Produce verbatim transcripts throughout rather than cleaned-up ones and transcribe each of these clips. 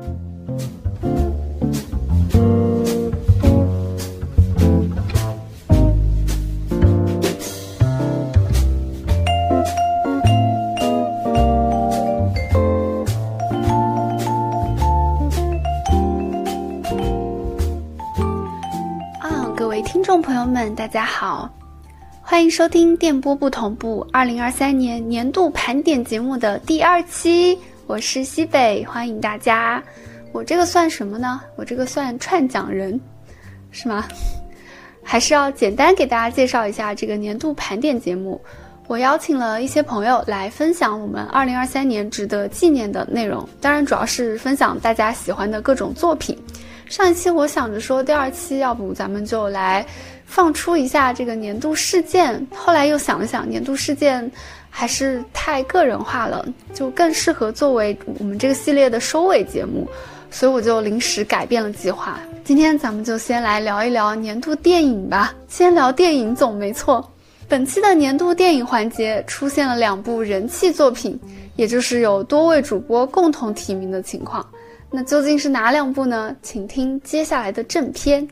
听众朋友们大家好，欢迎收听电波不同步二零二三年年度盘点节目的第二期，我是西北，欢迎大家。我这个算什么呢？我这个算串讲人是吗？还是要简单给大家介绍一下这个年度盘点节目。我邀请了一些朋友来分享我们二零二三年值得纪念的内容，当然主要是分享大家喜欢的各种作品。上一期我想着说第二期要不咱们就来放出一下这个年度事件，后来又想了想，年度事件还是太个人化了，就更适合作为我们这个系列的收尾节目，所以我就临时改变了计划。今天咱们就先来聊一聊年度电影吧，先聊电影总没错。本期的年度电影环节出现了两部人气作品，也就是有多位主播共同提名的情况。那究竟是哪两部呢？请听接下来的正片。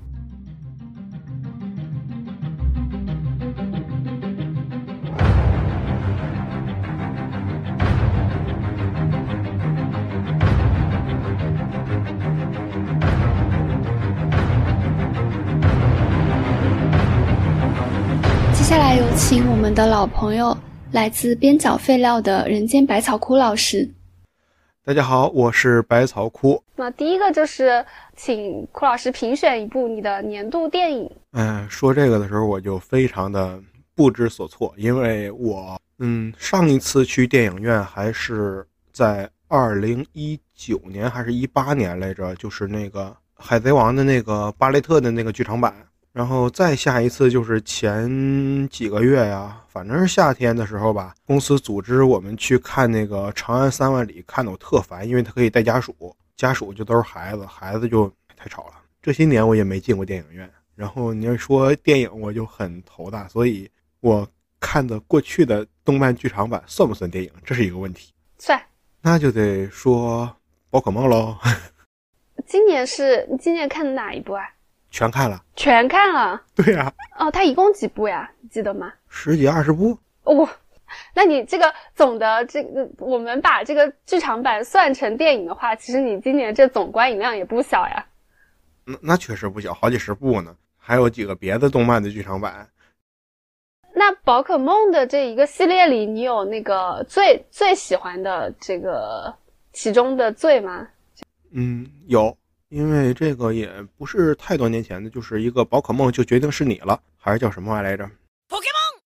接下来有请我们的老朋友，来自边角废料的人间百草枯老师。 大家好，我是百草枯。 那第一个就是请枯老师评选一部你的年度电影。 嗯，说这个的时候我就非常的不知所措，因为我嗯上一次去电影院还是在二零一九年还是一八年来着，就是那个海贼王的那个巴雷特的那个剧场版。然后再下一次就是前几个月呀，反正是夏天的时候吧，公司组织我们去看那个长安三万里，看得我特烦，因为它可以带家属，家属就都是孩子，孩子就太吵了。这些年我也没进过电影院，然后你要说电影我就很头大，所以我看的过去的动漫剧场版算不算电影，这是一个问题。 算。 那就得说宝可梦咯。 今年是你今年看的哪一部啊？ 全看了。 全看了？ 对呀、 啊。哦，它一共几部呀？你记得吗？ 十几二十部。 哦，那你这个总的这个，我们把这个剧场版算成电影的话，其实你今年这总观影量也不小呀。 那那确实不小，好几十部呢，还有几个别的动漫的剧场版。 那宝可梦的这一个系列里，你有那个最最喜欢的这个其中的最吗？ 嗯，有。因为这个也不是太多年前的，就是一个宝可梦就决定是你了，还是叫什么玩意来着 Pokémon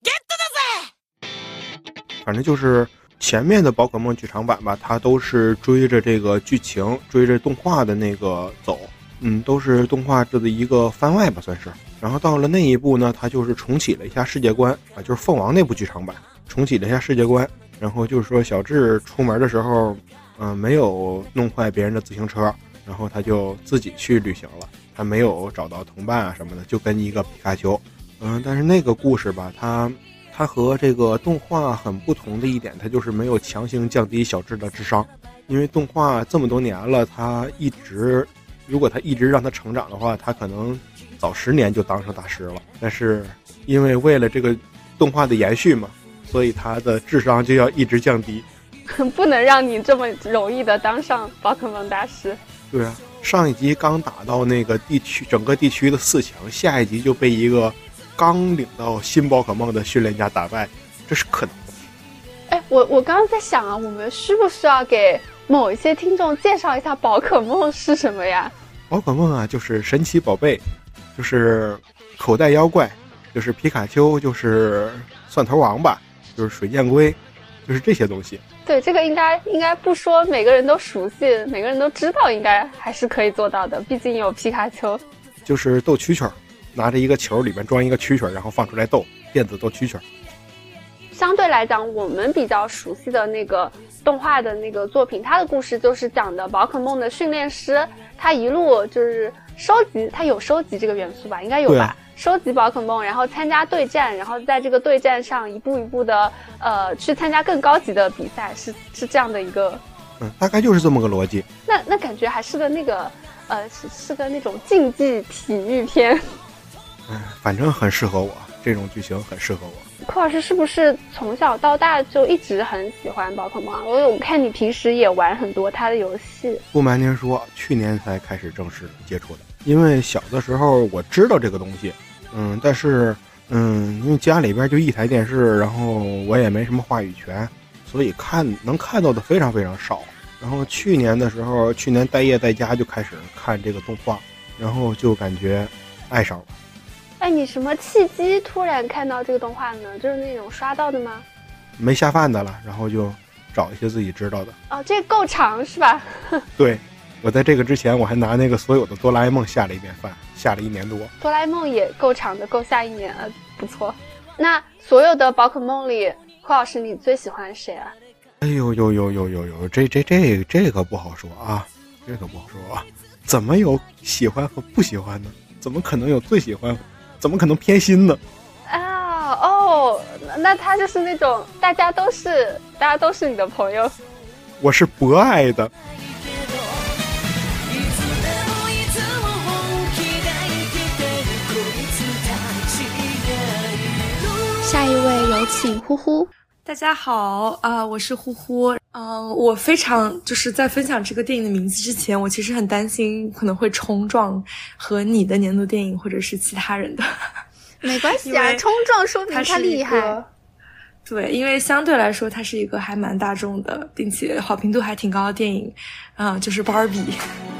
Get 的噻。反正就是前面的宝可梦剧场版吧，它都是追着这个剧情，追着动画的那个走，嗯，都是动画制的一个番外吧，算是。然后到了那一部呢，它就是重启了一下世界观啊，就是凤凰那部剧场版重启了一下世界观。然后就是说小智出门的时候，嗯、呃，没有弄坏别人的自行车。然后他就自己去旅行了，他没有找到同伴啊什么的，就跟一个皮卡丘。嗯，但是那个故事吧，它它和这个动画很不同的一点，它就是没有强行降低小智的智商。因为动画这么多年了，他一直如果他一直让他成长的话，他可能早十年就当上大师了。但是因为为了这个动画的延续嘛，所以他的智商就要一直降低， 不能让你这么容易的当上宝可梦大师。 对啊，上一集刚打到那个地区整个地区的四强，下一集就被一个刚领到新宝可梦的训练家打败，这是可能的。 哎，我我刚刚在想啊，我们需不需要给某一些听众介绍一下宝可梦是什么呀？ 宝可梦啊，就是神奇宝贝，就是口袋妖怪，就是皮卡丘，就是蒜头王八，就是水箭龟，就是这些东西。 对，这个应该应该不说每个人都熟悉，每个人都知道，应该还是可以做到的，毕竟有皮卡丘。 就是斗蛐蛐，拿着一个球里面装一个蛐蛐，然后放出来斗，电子斗蛐蛐。 相对来讲，我们比较熟悉的那个动画的那个作品，它的故事就是讲的宝可梦的训练师，他一路就是收集，他有收集这个元素吧，应该有吧、啊、收集宝可梦，然后参加对战，然后在这个对战上一步一步的呃去参加更高级的比赛，是是这样的一个嗯，大概就是这么个逻辑。 那那感觉还是个那个呃是是个那种竞技体育片。 嗯，反正很适合我，这种剧情很适合我。 寇老师是不是从小到大就一直很喜欢宝可梦啊？我有看你平时也玩很多他的游戏。 不瞒您说，去年才开始正式接触的。因为小的时候我知道这个东西，嗯，但是嗯，因为家里边就一台电视，然后我也没什么话语权，所以看能看到的非常非常少。然后去年的时候，去年待业在家就开始看这个动画，然后就感觉爱上了。 哎，你什么契机突然看到这个动画呢？就是那种刷到的吗？ 没下饭的了，然后就找一些自己知道的。 哦，这够长是吧？ 对，我在这个之前我还拿那个所有的哆啦 A 梦下了一遍饭，下了一年多。 哆啦 A 梦也够长的，够下一年了，不错。那所有的宝可梦里，寇老师你最喜欢谁啊？ 哎呦呦呦呦呦呦，这这这这个不好说啊，这个不好说啊。怎么有喜欢和不喜欢呢？怎么可能有最喜欢？怎么可能偏心呢？ 啊哦，那他就是那种大家都是大家都是你的朋友。 我是博爱的。 下一位有请呼呼。 大家好啊、呃，我是呼呼。嗯、呃，我非常就是在分享这个电影的名字之前，我其实很担心可能会冲撞和你的年度电影或者是其他人的。 没关系啊，冲撞说明他厉害。 对，因为相对来说它是一个还蛮大众的，并且好评度还挺高的电影，啊、呃，就是芭比。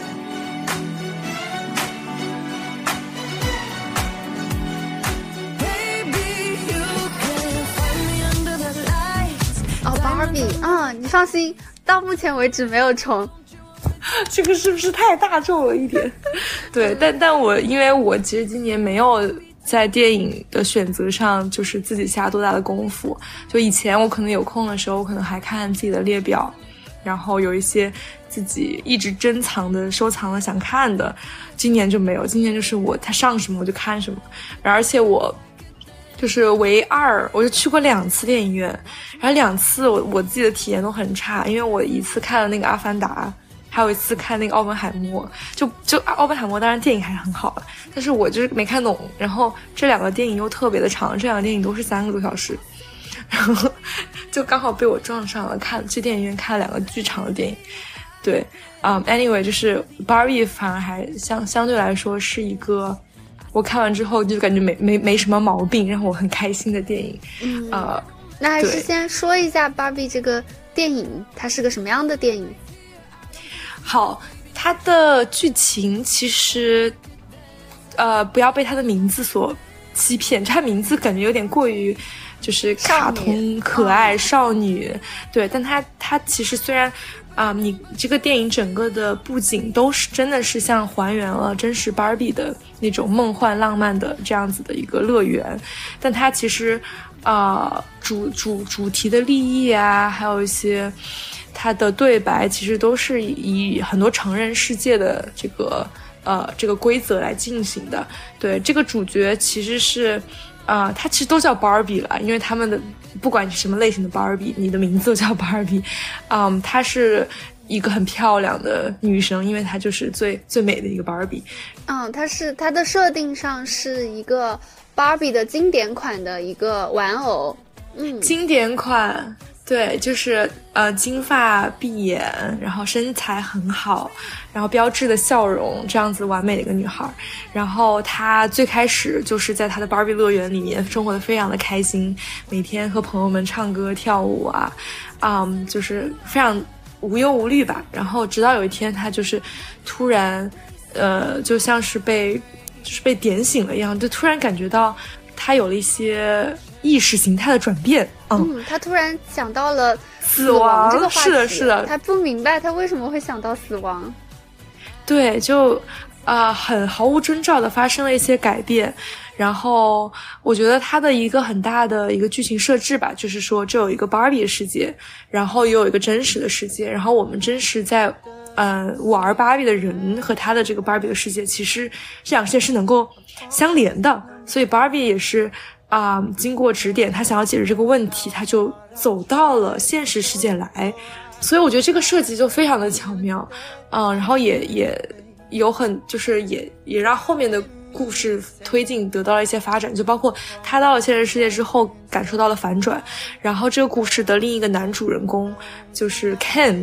芭比，嗯，你放心，到目前为止没有重。 这个是不是太大众了一点？对，但但我因为我其实今年没有在电影的选择上就是自己下多大的功夫，就以前我可能有空的时候，我可能还看自己的列表，然后有一些自己一直珍藏的、收藏的想看的，今年就没有，今年就是我他上什么我就看什么，而且我。就是唯二，我就去过两次电影院，然后两次我我自己的体验都很差，因为我一次看了那个《阿凡达》，还有一次看那个《奥本海默》，就就奥本海默当然电影还是很好的，但是我就是没看懂，然后这两个电影又特别的长，这两个电影都是三个多小时，然后就刚好被我撞上了，看去电影院看了两个巨长的电影，对，嗯 ，anyway 就是芭比反而还相相对来说是一个。我看完之后就感觉没没没什么毛病，让我很开心的电影。嗯，呃， 那还是先说一下芭比这个电影，它是个什么样的电影？ 好，它的剧情其实，呃，不要被它的名字所欺骗，它名字感觉有点过于就是卡通可爱少女，哦、对，但它它其实虽然。啊、嗯，你这个电影整个的布景都是真的是像还原了真实芭比的那种梦幻浪漫的这样子的一个乐园，但它其实啊、呃、主主主题的立意啊，还有一些它的对白，其实都是以很多成人世界的这个呃这个规则来进行的。对，这个主角其实是。啊、呃，它其实都叫 Barbie 了，因为他们的不管你是什么类型的 Barbie， 你的名字都叫 Barbie。嗯，她是一个很漂亮的女生，因为她就是最最美的一个 Barbie。 嗯，它是它的设定上是一个 Barbie 的经典款的一个玩偶。嗯， 经典款。对，就是呃金发碧眼，然后身材很好，然后标致的笑容，这样子完美的一个女孩。然后她最开始就是在她的芭比乐园里面生活的非常的开心，每天和朋友们唱歌跳舞啊，嗯，就是非常无忧无虑吧。然后直到有一天，她就是突然，呃，就像是被就是被点醒了一样，就突然感觉到她有了一些。意识形态的转变，嗯， 嗯他突然想到了死亡这个话题， 是的，是的， 他不明白他为什么会想到死亡， 对，就啊、呃，很毫无征兆的发生了一些改变，然后我觉得它的一个很大的一个剧情设置吧，就是说这有一个芭比的世界，然后也有一个真实的世界，然后我们真实在呃玩芭比的人和他的这个芭比的世界，其实这两个世界是能够相连的，所以芭比也是。啊、呃，经过指点，他想要解决这个问题，他就走到了现实世界来， 所以我觉得这个设计就非常的巧妙，嗯，然后也也有很就是也也让后面的故事推进得到了一些发展，就包括他到了现实世界之后感受到了反转，然后这个故事的另一个男主人公就是 Ken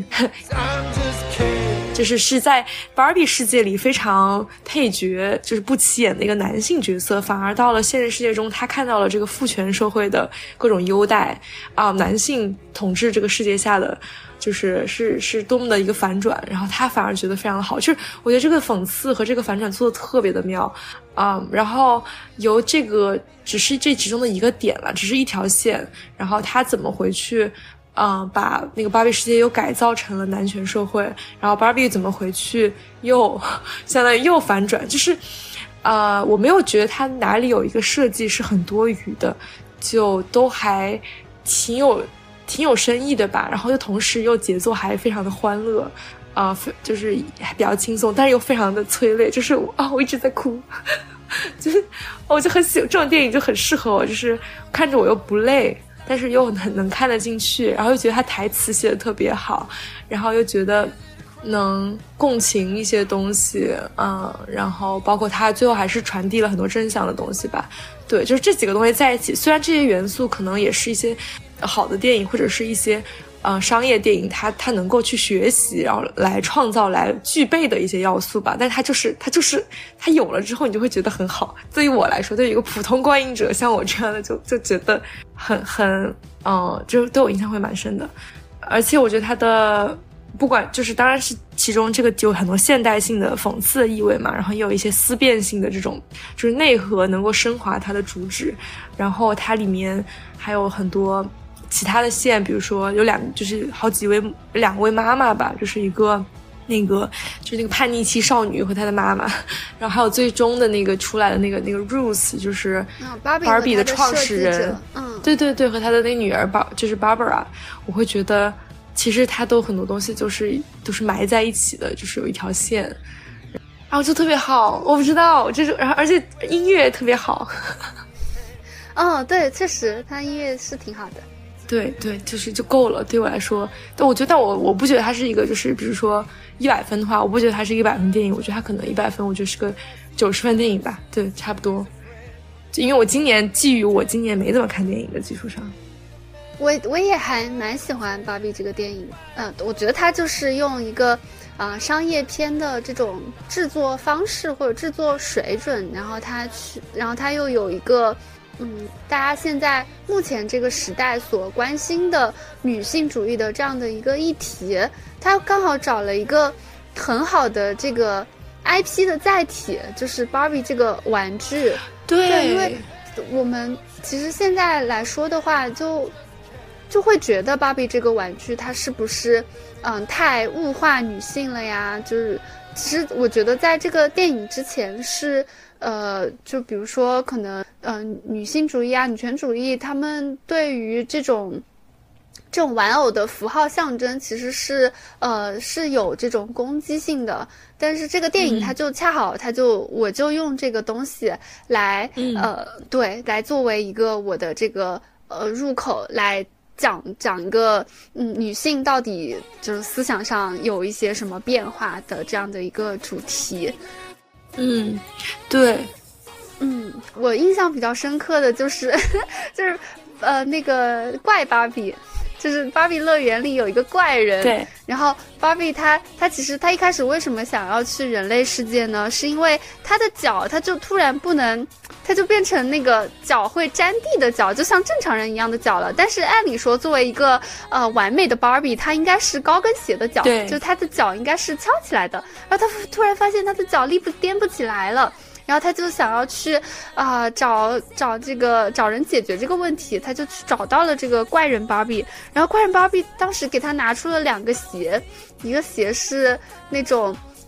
就是是在 Barbie 世界里非常配角就是不起眼的一个男性角色，反而到了现实世界中他看到了这个父权社会的各种优待啊、呃，男性统治这个世界下的就是是是多么的一个反转，然后他反而觉得非常的好，就是我觉得这个讽刺和这个反转做的特别的妙啊、嗯，然后由这个只是这其中的一个点了，只是一条线，然后他怎么回去嗯、呃，把那个芭比世界又改造成了男权社会，然后芭比怎么回去又相当于又反转，就是呃，我没有觉得他哪里有一个设计是很多余的，就都还挺有挺有深意的吧，然后又同时又节奏还非常的欢乐啊、呃，就是比较轻松，但是又非常的催泪，就是啊、哦，我一直在哭就是我就很喜欢这种电影，就很适合我，就是看着我又不累，但是又很能看得进去，然后又觉得他台词写的特别好，然后又觉得能共情一些东西，嗯，然后包括他最后还是传递了很多真相的东西吧。对，就是这几个东西在一起，虽然这些元素可能也是一些好的电影或者是一些呃商业电影它它能够去学习然后来创造来具备的一些要素吧，但它就是它就是它有了之后你就会觉得很好。对于我来说，对于一个普通观影者像我这样的就就觉得很很嗯、呃，就对我印象会蛮深的。而且我觉得它的不管就是当然是其中这个有很多现代性的讽刺的意味嘛，然后也有一些思辨性的这种就是内核能够升华它的主旨，然后它里面还有很多其他的线，比如说有两就是好几位两位妈妈吧，就是一个那个就是那个叛逆期少女和她的妈妈，然后还有最终的那个出来的那个那个 Ruth 就是芭比的创始人， 嗯， 对对对，和她的那女儿巴就是 Barbara， 我会觉得其实它都很多东西就是都是埋在一起的，就是有一条线，然后就特别好，我不知道，就是然后而且音乐特别好。 哦，对，确实它音乐是挺好的。 对对，就是就够了，对我来说。但我觉得，但我我不觉得它是一个，就是比如说一百分的话，我不觉得它是一个百分电影，我觉得它可能一百分，我觉得是个九十分电影吧。对，差不多。因为我今年基于我今年没怎么看电影的基础上。 我我也还蛮喜欢芭比这个电影，嗯、呃，我觉得它就是用一个啊、呃、商业片的这种制作方式或者制作水准，然后它去，然后它又有一个嗯，大家现在目前这个时代所关心的女性主义的这样的一个议题，它刚好找了一个很好的这个 I P 的载体，就是芭比这个玩具。 对， 对，因为我们其实现在来说的话，就。就会觉得芭比这个玩具它是不是嗯太物化女性了呀？就是其实我觉得在这个电影之前是呃就比如说可能嗯、呃、女性主义啊女权主义他们对于这种这种玩偶的符号象征其实是呃是有这种攻击性的，但是这个电影它就恰好它就、嗯、我就用这个东西来、嗯、呃对来作为一个我的这个呃入口来讲讲一个嗯女性到底就是思想上有一些什么变化的这样的一个主题。 嗯，对， 嗯，我印象比较深刻的就是就是呃那个怪芭比。就是芭比乐园里有一个怪人， 对， 然后芭比她她其实她一开始为什么想要去人类世界呢？是因为她的脚，她就突然不能，她就变成那个脚会沾地的脚，就像正常人一样的脚了。但是按理说，作为一个呃完美的芭比，她应该是高跟鞋的脚， 对， 就她的脚应该是翘起来的。然后她突然发现她的脚立不颠不起来了。然后他就想要去啊、呃、找找这个找人解决这个问题，他就去找到了这个怪人芭比。然后怪人芭比当时给他拿出了两个鞋，一个鞋是那种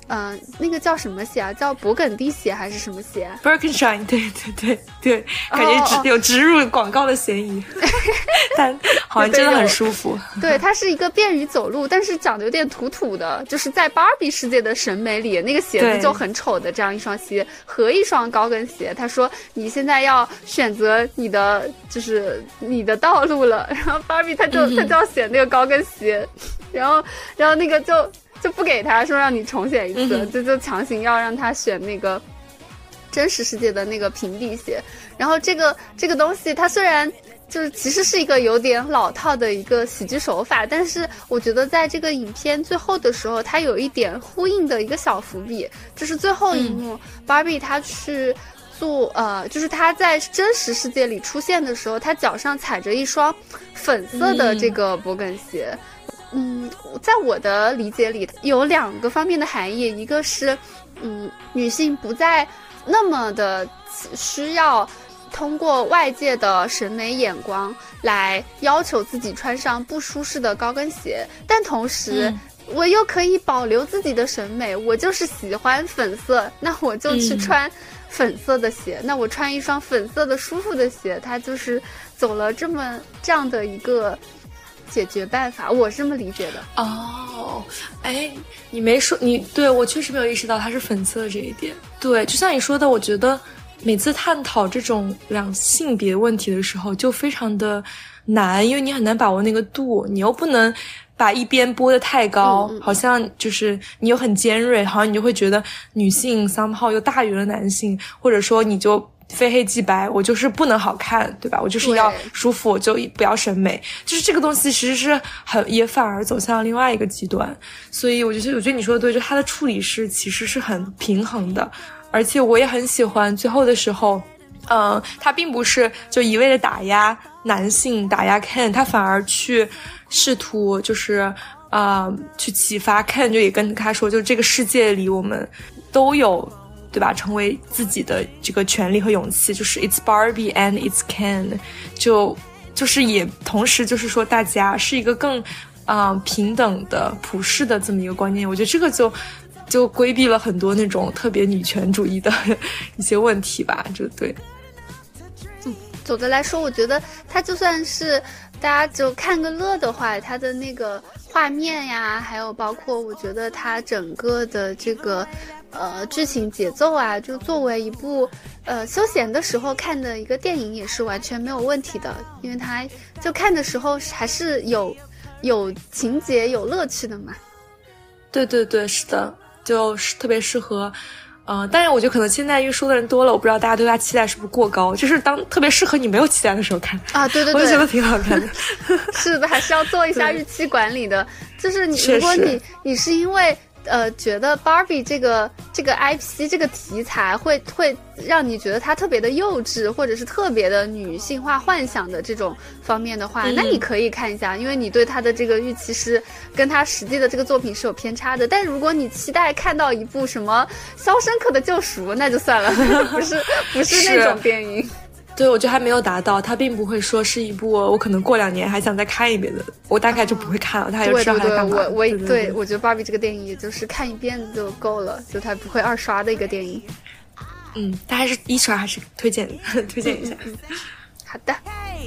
嗯、呃，那个叫什么鞋啊？叫勃艮第鞋还是什么鞋 ？Birkenstein， 对对对对，感觉植、哦、有植入广告的嫌疑，但好像真的很舒服。 对，它是一个便于走路，但是长得有点土土的，就是在芭比世界的审美里，那个鞋子就很丑的这样一双鞋和一双高跟鞋。他说你现在要选择你的就是你的道路了，然后芭比他就、嗯、他就要选那个高跟鞋，然后然后那个就。就不给他说让你重选一次，嗯、就就强行要让他选那个真实世界的那个平底鞋。然后这个这个东西，它虽然就是其实是一个有点老套的一个喜剧手法，但是我觉得在这个影片最后的时候，它有一点呼应的一个小伏笔，就是最后一幕，嗯、芭比她去做呃，就是她在真实世界里出现的时候，她脚上踩着一双粉色的这个勃艮鞋。嗯嗯，在我的理解里有两个方面的含义，一个是嗯，女性不再那么的需要通过外界的审美眼光来要求自己穿上不舒适的高跟鞋，但同时、嗯、我又可以保留自己的审美，我就是喜欢粉色，那我就去穿粉色的鞋、嗯、那我穿一双粉色的舒服的鞋，它就是走了这么这样的一个解决办法，我是这么理解的。 哦，哎，你没说，你对我确实没有意识到它是粉色这一点。对，就像你说的，我觉得每次探讨这种两性别问题的时候就非常的难，因为你很难把握那个度，你又不能把一边拨得太高、嗯、好像就是你又很尖锐，好像你就会觉得女性 somehow 又大于了男性，或者说你就非黑即白，我就是不能好看，对吧？我就是要舒服，我就不要审美。就是这个东西其实是很也反而走向另外一个极端。所以我觉得我觉得你说的对，就它的处理是其实是很平衡的。而且我也很喜欢最后的时候，嗯，他并不是就一味的打压男性，打压 Ken， 他反而去试图就是呃去启发 Ken， 就也跟他说，就这个世界里我们都有，对吧？成为自己的这个权利和勇气，就是 It's Barbie and It's Ken， 就就是也同时就是说大家是一个更啊、呃、平等的普世的这么一个观念。我觉得这个就就规避了很多那种特别女权主义的一些问题吧，就对。 嗯，总的来说，我觉得它就算是大家就看个乐的话，它的那个画面呀，还有包括我觉得它整个的这个呃剧情节奏啊，就作为一部呃休闲的时候看的一个电影也是完全没有问题的，因为它就看的时候还是有有情节有乐趣的嘛。 对对对，是的，就是特别适合。呃，当然我觉得可能现在因为说的人多了，我不知道大家对他期待是不是过高，就是当特别适合你没有期待的时候看啊，对对对， 我就觉得挺好看的。 是的，还是要做一下预期管理的。就是你，如果你你是因为呃觉得 Barbie 这个这个 I P 这个题材会会让你觉得它特别的幼稚，或者是特别的女性化幻想的这种方面的话、嗯、那你可以看一下，因为你对它的这个预期是跟它实际的这个作品是有偏差的。但如果你期待看到一部什么肖申克的救赎，那就算了，不是不是那种电影。 对，我觉得还没有达到，它并不会说是一部我可能过两年还想再看一遍的，我大概就不会看了。它就知道它干嘛。 对对对，我我对, 对, 对，我觉得芭比这个电影也就是看一遍就够了，就它不会二刷的一个电影。 嗯，但还是一刷还是推荐推荐一下。 嗯嗯、好的。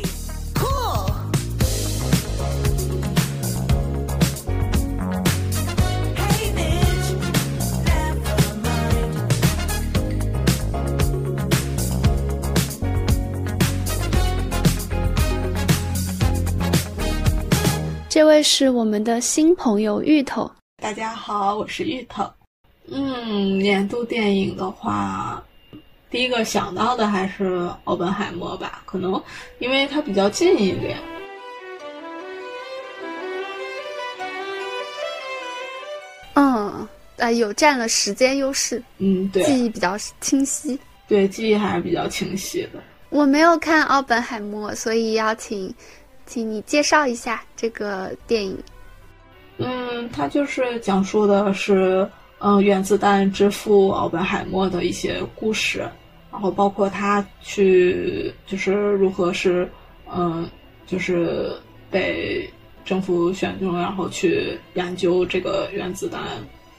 这位是我们的新朋友芋头。 大家好，我是芋头。嗯，年度电影的话，第一个想到的还是奥本海默吧，可能因为它比较近一点。 嗯，呃，有占了时间优势。 嗯，对， 记忆比较清晰。 对，记忆还是比较清晰的。 我没有看奥本海默，所以邀请请你介绍一下这个电影。 嗯，它就是讲述的是嗯原子弹之父奥本海默的一些故事，然后包括他去就是如何是嗯就是被政府选中，然后去研究这个原子弹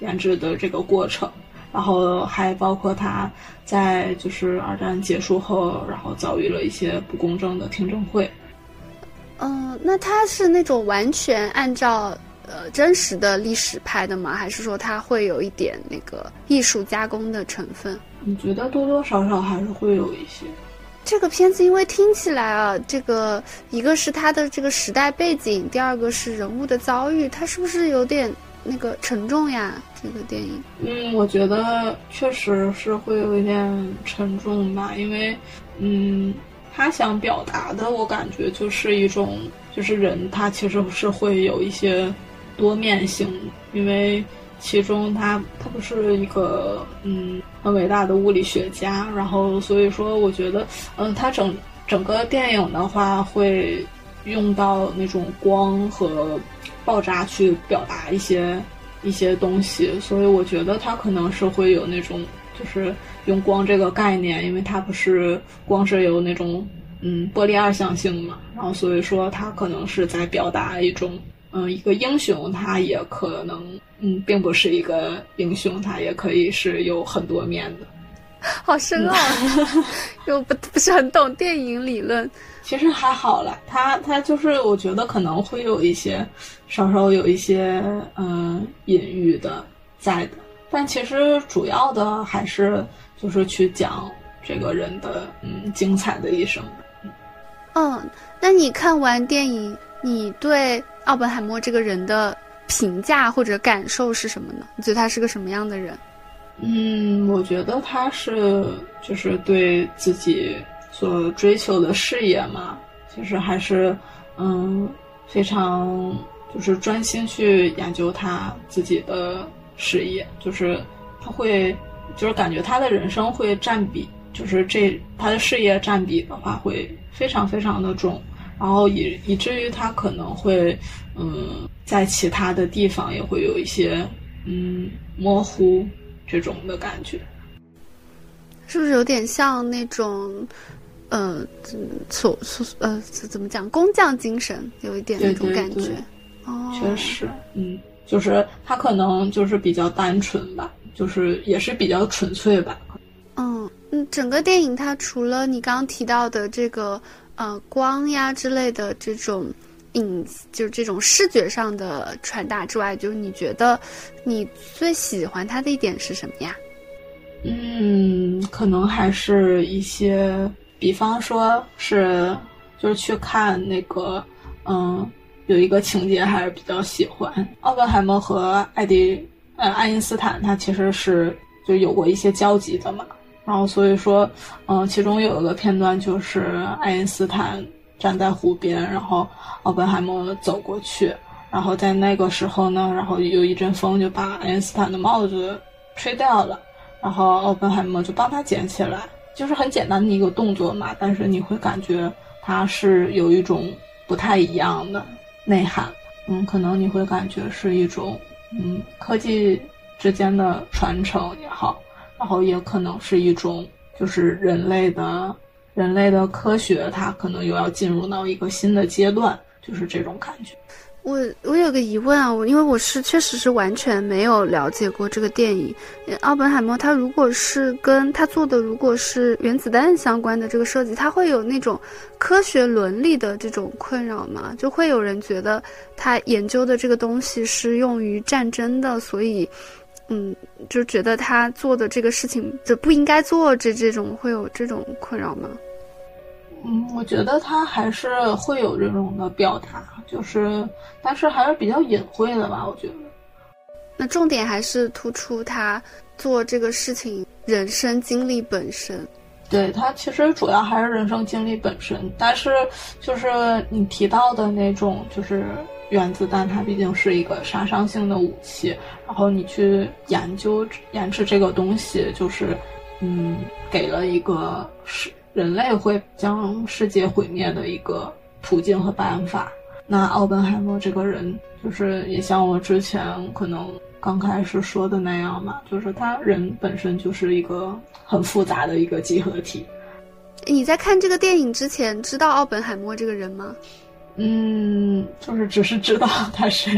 研制的这个过程，然后还包括他在就是二战结束后，然后遭遇了一些不公正的听证会。 嗯、呃，那他是那种完全按照呃真实的历史拍的吗？还是说他会有一点那个艺术加工的成分？ 我觉得多多少少还是会有一些。 这个片子因为听起来啊，这个一个是它的这个时代背景，第二个是人物的遭遇，它是不是有点那个沉重呀？这个电影， 嗯，我觉得确实是会有一点沉重吧，因为，嗯，他想表达的，我感觉就是一种，就是人他其实是会有一些多面性，因为其中他他不是一个嗯很伟大的物理学家，然后所以说我觉得，嗯，他整整个电影的话会用到那种光和爆炸去表达一些一些东西，所以我觉得它可能是会有那种就是用光这个概念，因为它不是光是有那种嗯波粒二象性嘛，然后所以说它可能是在表达一种嗯一个英雄，他也可能嗯并不是一个英雄，他也可以是有很多面的。 好深奥、哦，又不不是很懂电影理论。 其实还好啦，他他就是我觉得可能会有一些稍稍有一些嗯隐喻的在的，但其实主要的还是就是去讲这个人的嗯精彩的一生。 嗯，那你看完电影，你对奥本海默这个人的评价或者感受是什么呢？你觉得他是个什么样的人？ 嗯，我觉得他是就是对自己所追求的事业嘛，其实还是嗯非常就是专心去研究他自己的事业，就是他会就是感觉他的人生会占比，就是这他的事业占比的话会非常非常的重，然后以以至于他可能会嗯在其他的地方也会有一些嗯模糊这种的感觉。 是不是有点像那种呃所所呃怎么讲工匠精神，有一点那种感觉？ 对对对哦， 确实，嗯，就是他可能就是比较单纯吧，就是也是比较纯粹吧。 嗯嗯，整个电影它除了你刚刚提到的这个呃光呀之类的这种影，就是这种视觉上的传达之外，就是你觉得你最喜欢它的一点是什么呀？ 嗯，可能还是一些，比方说是就是去看那个，嗯，有一个情节还是比较喜欢，奥本海默和爱迪呃爱因斯坦他其实是就有过一些交集的嘛，然后所以说，嗯，其中有一个片段就是爱因斯坦站在湖边，然后奥本海默走过去，然后在那个时候呢，然后有一阵风就把爱因斯坦的帽子吹掉了，然后奥本海默就帮他捡起来，就是很简单的一个动作嘛，但是你会感觉它是有一种不太一样的内涵，嗯，可能你会感觉是一种嗯科技之间的传承也好，然后也可能是一种就是人类的人类的科学，它可能又要进入到一个新的阶段，就是这种感觉。 我我有个疑问啊，我因为我是确实是完全没有了解过这个电影。奥本海默他如果是跟他做的如果是原子弹相关的这个设计，他会有那种科学伦理的这种困扰吗？就会有人觉得他研究的这个东西是用于战争的，所以嗯，就觉得他做的这个事情就不应该做，这这种会有这种困扰吗？ 嗯，我觉得他还是会有这种的表达，就是但是还是比较隐晦的吧，我觉得。 那重点还是突出他做这个事情人生经历本身。 对，他其实主要还是人生经历本身，但是就是你提到的那种就是原子弹，它毕竟是一个杀伤性的武器，然后你去研究研制这个东西，就是嗯给了一个是人类会将世界毁灭的一个途径和办法。那奥本海默这个人就是也像我之前可能刚开始说的那样嘛，就是他人本身就是一个很复杂的一个集合体。 你在看这个电影之前知道奥本海默这个人吗？ 嗯，就是只是知道他是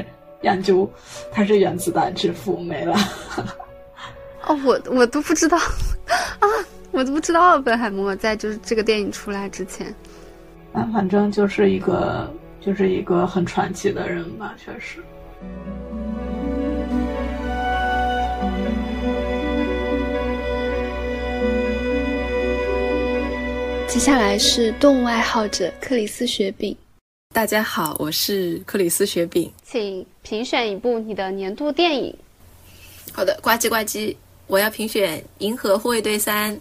研究他是原子弹之父没了。 哦，我我都不知道啊，我都不知道本海默在就是这个电影出来之前。 啊，反正就是一个就是一个很传奇的人吧，确实。 接下来是动物爱好者克里斯雪饼。 大家好，我是克里斯雪饼， 请评选一部你的年度电影。 好的，呱唧呱唧，我要评选《银河护卫队三》。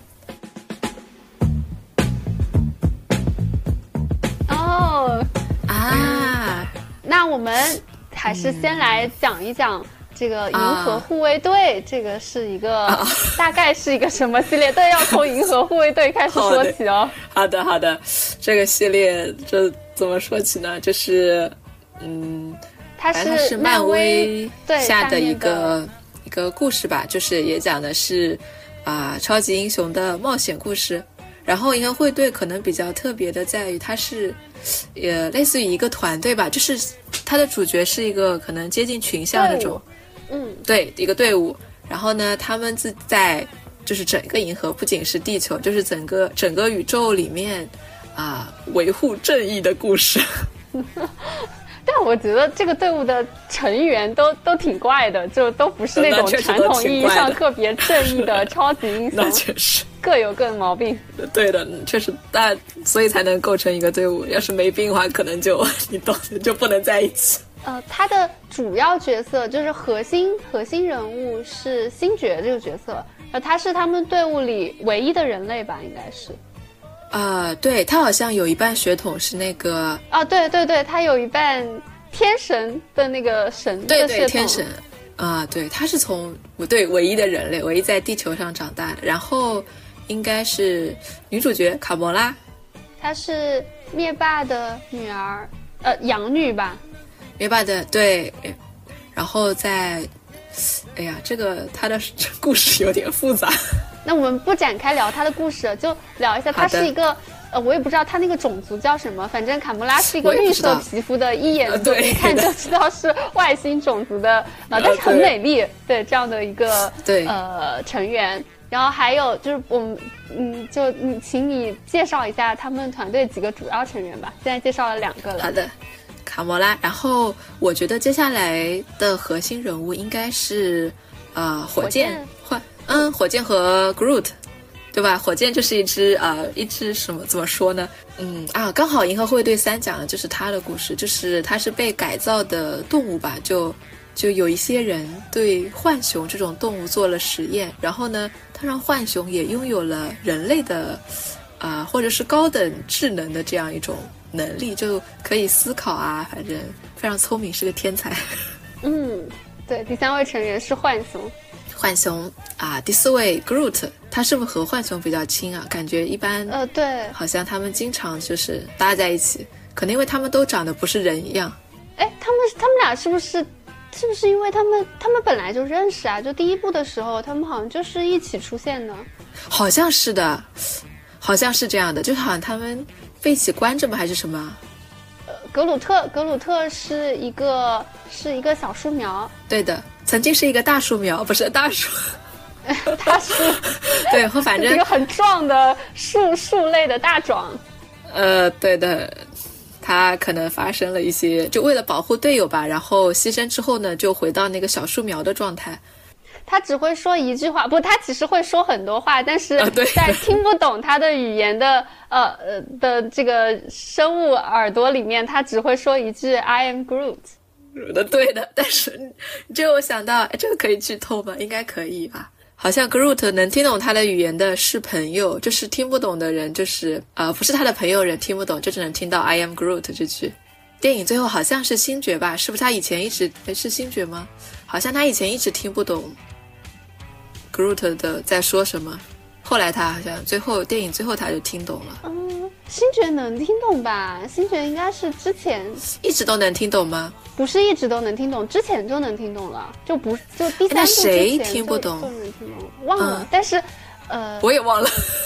哦啊， 那我们还是先来讲一讲这个银河护卫队，啊、这个是一个、啊、大概是一个什么系列？对，要从银河护卫队开始说起哦。 好的，好的，这个系列这怎么说起呢？就是嗯， 它是它是漫威下的一个一个故事吧，就是也讲的是啊、呃、超级英雄的冒险故事。然后银河护卫队可能比较特别的在于它是也类似于一个团队吧，就是它的主角是一个可能接近群像这种， 嗯， 对，一个队伍。然后呢，他们自在就是整个银河，不仅是地球，就是整个整个宇宙里面啊、呃、维护正义的故事。 但我觉得这个队伍的成员都都挺怪的，就都不是那种传统意义上特别正义的超级英雄， 那确实各有各的毛病。 对的，确实，但所以才能构成一个队伍。要是没病的话，可能就你懂，就不能在一起。 呃，他的主要角色就是核心核心人物是星爵这个角色，呃，他是他们队伍里唯一的人类吧，应该是。 啊、呃，对，他好像有一半血统是那个啊，对对对，他有一半天神的那个神的血统， 对对，天神啊、呃，对，他是从对唯一的人类，唯一在地球上长大的。然后应该是女主角卡魔拉， 她是灭霸的女儿，呃，养女吧？ 灭霸的对，然后在，哎呀，这个他的故事有点复杂。 那我们不展开聊他的故事，就聊一下他是一个呃，我也不知道他那个种族叫什么，反正卡魔拉是一个绿色皮肤的，一眼就一看就知道是外星种族的，呃，但是很美丽，对这样的一个对呃成员。然后还有就是我们嗯，就你请你介绍一下他们团队几个主要成员吧。现在介绍了两个了。 好的，卡魔拉。然后我觉得接下来的核心人物应该是呃火箭，火嗯火箭和 Groot。对吧？火箭就是一只呃，一只什么怎么说呢？嗯啊，刚好《银河护卫队三》讲的就是他的故事，就是他是被改造的动物吧，就就有一些人对浣熊这种动物做了实验，然后呢，他让浣熊也拥有了人类的啊、呃，或者是高等智能的这样一种能力，就可以思考啊，反正非常聪明，是个天才。 嗯，对，第三位成员是浣熊。 浣熊啊，第四位 Groot， 他是不是和浣熊比较亲啊？感觉一般， 呃，对， 好像他们经常就是搭在一起，可能因为他们都长得不是人一样。 哎，他们他们俩是不是是不是因为他们他们本来就认识啊？就第一部的时候，他们好像就是一起出现的。 好像是的，好像是这样的，就好像他们被一起关着吗？还是什么？ 呃，格鲁特，格鲁特是一个是一个小树苗。 对的。曾经是一个大树苗，不是大树， 大树， 对，和反正一个很壮的树树类的大壮。 呃，对的，他可能发生了一些，就为了保护队友吧，然后牺牲之后呢，就回到那个小树苗的状态。 他只会说一句话，不，他其实会说很多话，但是在听不懂他的语言的、啊、呃呃的这个生物耳朵里面，他只会说一句 "I am Groot"。 的对的，但是就我想到，哎，这个可以剧透吗？应该可以吧。好像 Groot 能听懂他的语言的是朋友，就是听不懂的人，就是呃，不是他的朋友人听不懂，就只能听到 I am Groot 这句。电影最后好像是星爵吧？是不是他以前一直是星爵吗？好像他以前一直听不懂 Groot 的在说什么，后来他好像最后电影最后他就听懂了。 嗯，星爵能听懂吧？星爵应该是之前一直都能听懂吗？ 不是一直都能听懂，之前就能听懂了，就不就第三部之前谁听不懂？ 就能听懂，忘了。嗯、但是，呃， 我也忘了。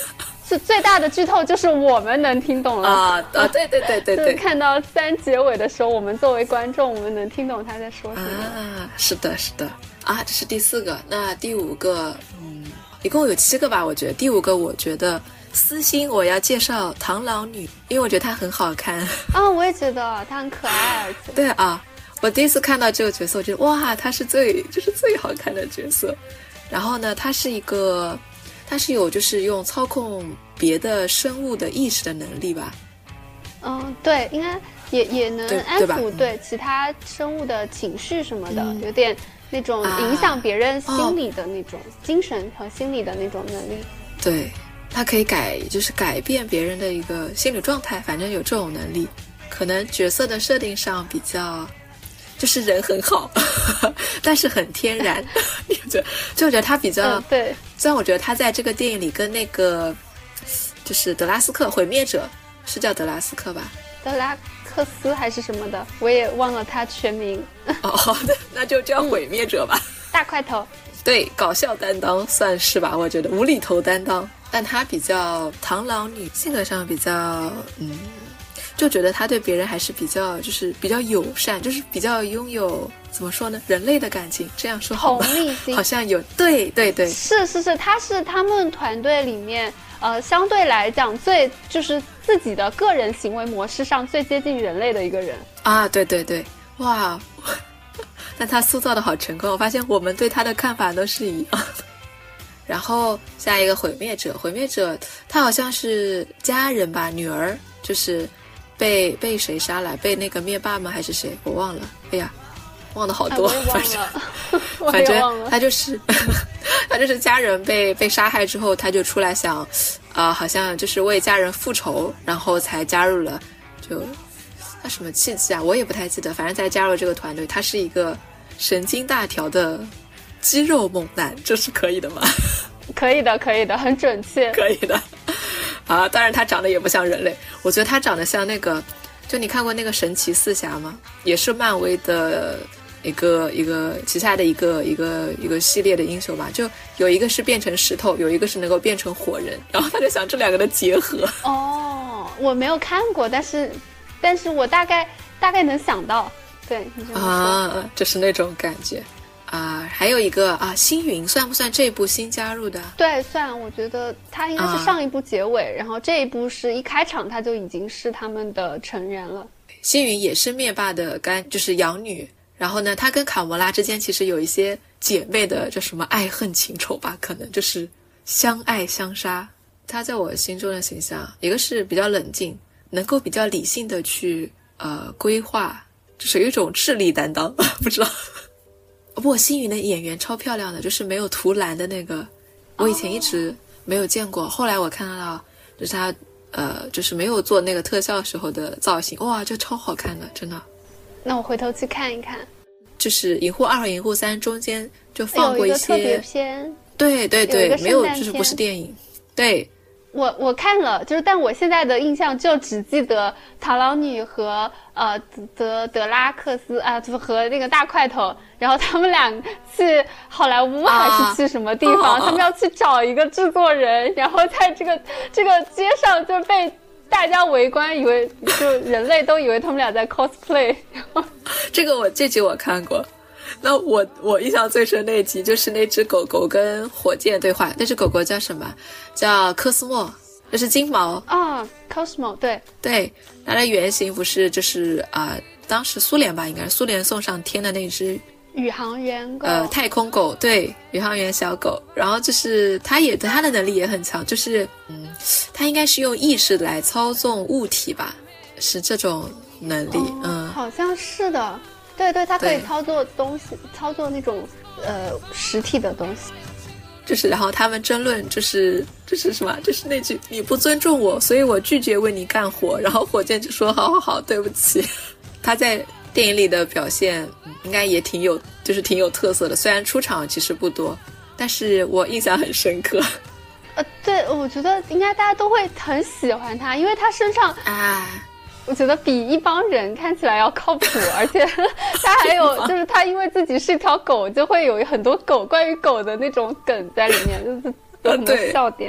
最最大的剧透就是我们能听懂了啊啊！对对对对对， 就是看到三结尾的时候，我们作为观众，我们能听懂他在说什么啊？是的，是的啊，这是第四个，那第五个，嗯，一共有七个吧？我觉得第五个，我觉得私心我要介绍螳螂女，因为我觉得她很好看啊，我也觉得她很可爱，而且对啊，我第一次看到这个角色，我觉得哇，她是最就是最好看的角色。然后呢，她是一个。它是有就是用操控别的生物的意识的能力吧？ 嗯，对，应该也也能安抚 对, 对其他生物的情绪什么的，嗯、有点那种影响别人心理的那种、啊哦、精神和心理的那种能力。 对，它可以改就是改变别人的一个心理状态，反正有这种能力。可能角色的设定上比较。就是人很好但是很天然就就我觉得他比较、 嗯、对， 虽然我觉得他在这个电影里跟那个就是德拉斯克毁灭者是叫德拉斯克吧， 德拉克斯还是什么的，我也忘了他全名哦，好的，那就叫毁灭者吧、 嗯、大块头， 对，搞笑担当算是吧，我觉得无厘头担当，但他比较螳螂女，性格上比较嗯就觉得他对别人还是比较就是比较友善，就是比较拥有怎么说呢，人类的感情，这样说好吗？ 同理心， 好像有，对对对， 是是是，他是他们团队里面呃相对来讲最就是自己的个人行为模式上最接近人类的一个人啊，对对对，哇，但他塑造的好成功，我发现我们对他的看法都是一样的。然后下一个毁灭者，毁灭者他好像是家人吧，女儿就是被被谁杀了？被那个灭霸吗？还是谁？我忘了。哎呀，忘了好多。 哎、我也忘了， 反正他就是他就是家人被被杀害之后，他就出来想，啊、呃，好像就是为家人复仇，然后才加入了，就他什么契机啊？我也不太记得。反正才加入这个团队，他是一个神经大条的肌肉猛男，这是可以的吗？ 可以的，可以的，很准确。 可以的。啊，当然他长得也不像人类，我觉得他长得像那个，就你看过那个神奇四侠吗？也是漫威的一个一个旗下的一个一个一个系列的英雄吧，就有一个是变成石头，有一个是能够变成火人，然后他就想这两个的结合。 哦，我没有看过，但是但是我大概大概能想到，对，你这么说啊，就是那种感觉。啊，还有一个啊，星云算不算这一部新加入的？ 对，算，我觉得他应该是上一部结尾，啊、然后这一部是一开场他就已经是他们的成员了。 星云也是灭霸的干，就是养女。然后呢，她跟卡魔拉之间其实有一些姐妹的，就什么爱恨情仇吧，可能就是相爱相杀。她在我心中的形象，一个是比较冷静，能够比较理性的去呃规划，就是有一种智力担当，不知道。不过星云的演员超漂亮的，就是没有涂蓝的那个，我以前一直没有见过， oh. 后来我看到就是他呃就是没有做那个特效时候的造型，哇，就超好看的，真的。 那我回头去看一看。 就是银护二和银护三中间就放过一些有一个特别篇， 对对对， 有没有就是不是电影，对。 我我看了，就是但我现在的印象就只记得螳螂女和呃德德拉克斯啊，和那个大块头，然后他们俩去好莱坞还是去什么地方，啊、他们要去找一个制作人，然后在这个这个街上就被大家围观，以为就人类都以为他们俩在 cosplay。 这个我这集我看过。那我我印象最深那一集就是那只狗狗跟火箭对话，那只狗狗叫什么？叫科斯莫，就是金毛啊、哦、，Cosmo， 对对，它的原型不是就是啊、呃，当时苏联吧，应该是苏联送上天的那只宇航员狗， 呃，太空狗，对，宇航员小狗。然后就是它也它的能力也很强，就是嗯，它应该是用意识来操纵物体吧，是这种能力， 哦、 嗯， 好像是的。对对，它可以操作东西，操作那种呃实体的东西。 就是，然后他们争论，就是就是什么？就是那句你不尊重我，所以我拒绝为你干活。然后火箭就说：“好好好，对不起。”他在电影里的表现应该也挺有，就是挺有特色的。虽然出场其实不多，但是我印象很深刻。 呃，对，我觉得应该大家都会很喜欢他，因为他身上啊。 我觉得比一帮人看起来要靠谱，而且他还有就是他因为自己是一条狗，就会有很多狗关于狗的那种梗在里面，就是有很多笑点。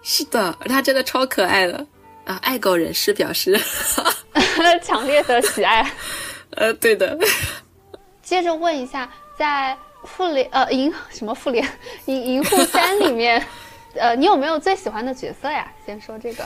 是的，他真的超可爱的啊！爱狗人士表示强烈的喜爱。 呃，对的。 接着问一下，在复联呃银什么复联银银护三里面，呃，你有没有最喜欢的角色呀？先说这个。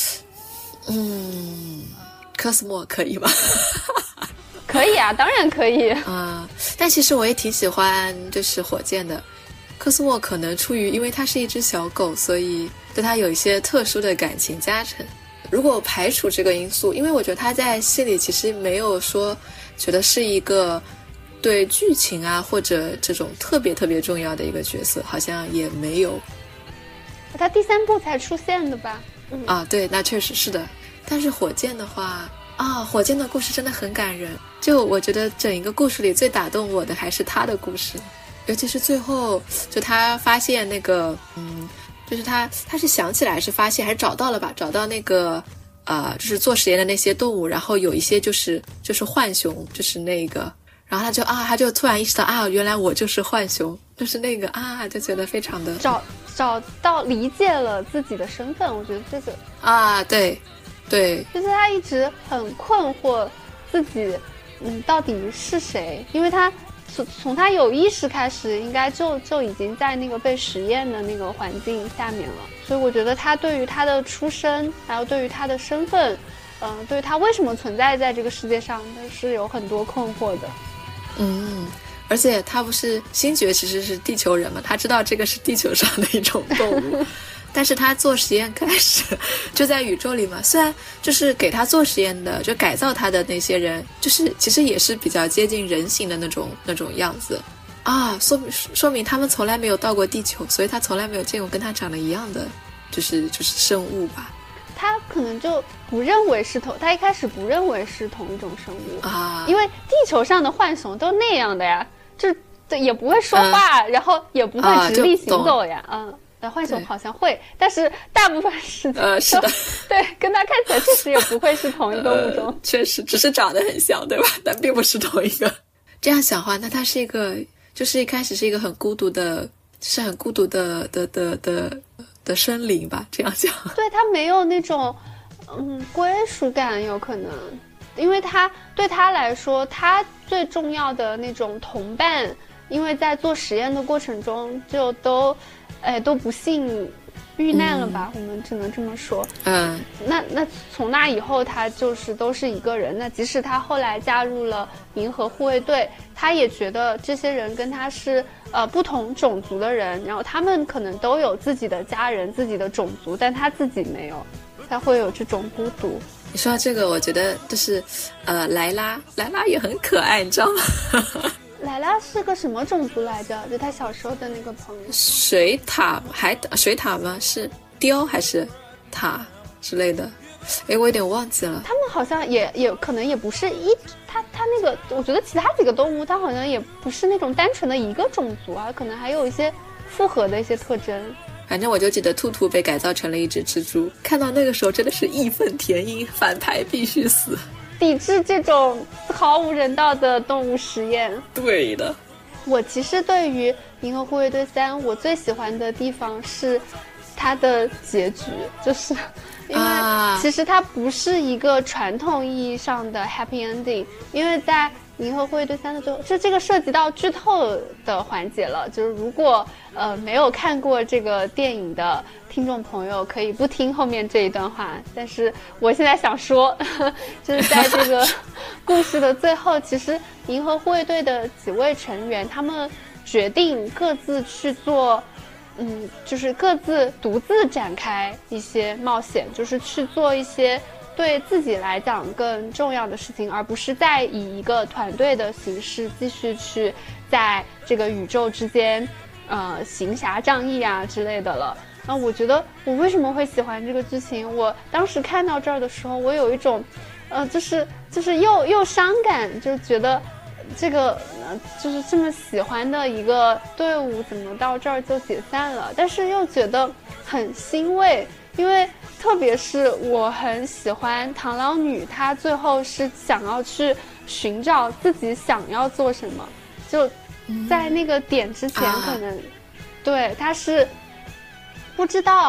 嗯，科斯莫可以吗？ 可以啊，当然可以啊、呃。但其实我也挺喜欢，就是火箭的。科斯莫可能出于因为它是一只小狗，所以对它有一些特殊的感情加成。如果排除这个因素，因为我觉得他在戏里其实没有说觉得是一个对剧情啊或者这种特别特别重要的一个角色，好像也没有。 他第三部才出现的吧？嗯啊，对，那确实是的。但是火箭的话啊，火箭的故事真的很感人。就我觉得整一个故事里最打动我的还是他的故事。尤其是最后，就他发现那个，嗯，就是他他是想起来还是发现还是找到了吧？找到那个，呃，就是做实验的那些动物，然后有一些就是就是浣熊，就是那个，然后他就啊，他就突然意识到啊，原来我就是浣熊，就是那个啊，就觉得非常的找找到理解了自己的身份。我觉得这个啊，对对， 就是他一直很困惑自己，嗯，到底是谁，因为他。从从他有意识开始，应该就就已经在那个被实验的那个环境下面了，所以我觉得他对于他的出身，还有对于他的身份，嗯、呃，对于他为什么存在在这个世界上，他是有很多困惑的。 嗯，而且他不是星爵其实是地球人嘛，他知道这个是地球上的一种动物。但是他做实验开始就在宇宙里嘛，虽然就是给他做实验的就改造他的那些人，就是其实也是比较接近人形的那种那种样子啊，说明说明他们从来没有到过地球，所以他从来没有见过跟他长得一样的就是就是生物吧。 他可能就不认为是同，他一开始不认为是同一种生物啊， 因为地球上的浣熊都那样的呀，就也不会说话、嗯，然后也不会直立行走呀，啊嗯。呃，浣熊好像会，但是大部分事情呃是的， 对，跟它看起来确实也不会是同一个物种，呃、 确实只是长得很像，对吧？但并不是同一个。这样想的话，那它是一个，就是一开始是一个很孤独的，是很孤独的的的的的生灵吧？这样讲， 对，它没有那种嗯归属感，有可能，因为它对他来说，他最重要的那种同伴，因为在做实验的过程中就都。哎，都不幸遇难了吧、嗯、我们只能这么说。 嗯， 那那从那以后他就是都是一个人，那即使他后来加入了银河护卫队，他也觉得这些人跟他是呃不同种族的人，然后他们可能都有自己的家人自己的种族，但他自己没有，他会有这种孤独。 你说到这个，我觉得就是呃莱拉莱拉也很可爱，你知道吗？ 莱拉是个什么种族来着？就他小时候的那个朋友， 水獭海水獭吗？是雕还是塔之类的？哎，我有点忘记了。 他们好像也也可能也不是一，他他那个，我觉得其他几个动物，它好像也不是那种单纯的一个种族啊，可能还有一些复合的一些特征。 反正我就记得兔兔被改造成了一只蜘蛛，看到那个时候真的是义愤填膺，反派必须死。 抵制这种毫无人道的动物实验。 对的， 我其实对于《银河护卫队三》，我最喜欢的地方是它的结局，就是因为其实它不是一个传统意义上的 happy ending， 因为在《银河护卫队三》的最后，就这个涉及到剧透的环节了，就是如果呃没有看过这个电影的听众朋友可以不听后面这一段话，但是我现在想说呵呵就是在这个故事的最后，其实银河护卫队的几位成员他们决定各自去做嗯，就是各自独自展开一些冒险，就是去做一些对自己来讲更重要的事情，而不是再以一个团队的形式继续去在这个宇宙之间呃行侠仗义啊之类的了。啊，我觉得我为什么会喜欢这个剧情，我当时看到这儿的时候，我有一种呃就是就是又又伤感，就觉得这个呃就是这么喜欢的一个队伍怎么到这儿就解散了，但是又觉得很欣慰，因为特别是我很喜欢螳螂女，她最后是想要去寻找自己想要做什么，就在那个点之前可能、嗯啊、对她是不知道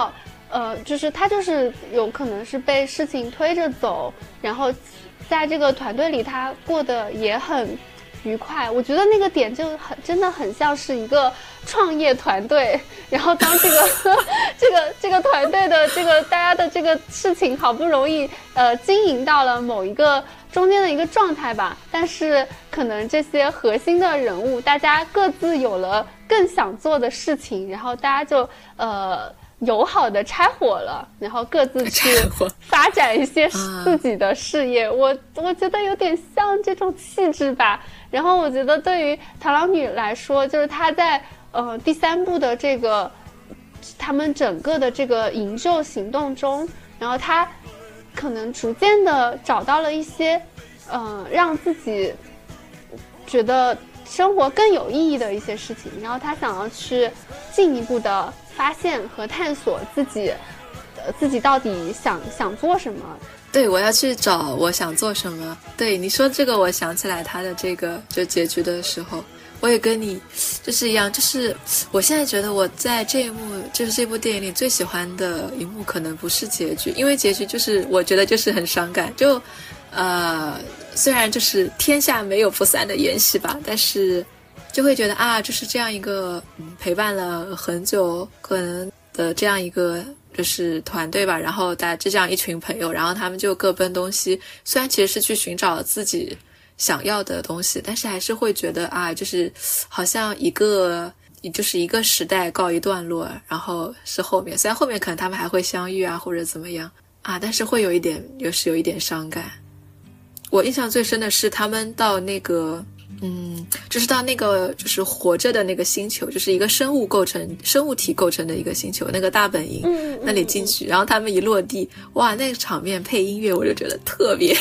呃，就是他就是有可能是被事情推着走，然后在这个团队里他过得也很愉快。我觉得那个点就很真的很像是一个创业团队，然后当这个这个这个团队的这个大家的这个事情好不容易呃经营到了某一个中间的一个状态吧，但是可能这些核心的人物大家各自有了更想做的事情，然后大家就呃友好的拆伙了，然后各自去发展一些自己的事业。啊、我我觉得有点像这种气质吧。然后我觉得对于螳螂女来说，就是她在呃第三部的这个他们整个的这个营救行动中，然后她可能逐渐的找到了一些呃让自己觉得生活更有意义的一些事情，然后她想要去进一步的发现和探索自己呃自己到底想想做什么。 对，我要去找我想做什么。对，你说这个我想起来他的这个就结局的时候，我也跟你就是一样，就是我现在觉得我在这一幕就是这部电影里最喜欢的一幕可能不是结局，因为结局就是我觉得就是很伤感，就呃虽然就是天下没有不散的筵席吧，但是就会觉得啊，就是这样一个、嗯、陪伴了很久可能的这样一个就是团队吧，然后大家就这样一群朋友，然后他们就各奔东西，虽然其实是去寻找自己想要的东西，但是还是会觉得啊，就是好像一个就是一个时代告一段落，然后是后面，虽然后面可能他们还会相遇啊或者怎么样啊，但是会有一点又是有一点伤感。我印象最深的是他们到那个嗯，就是到那个就是活着的那个星球，就是一个生物构成生物体构成的一个星球，那个大本营、嗯、那里进去，然后他们一落地，哇，那个场面配音乐我就觉得特别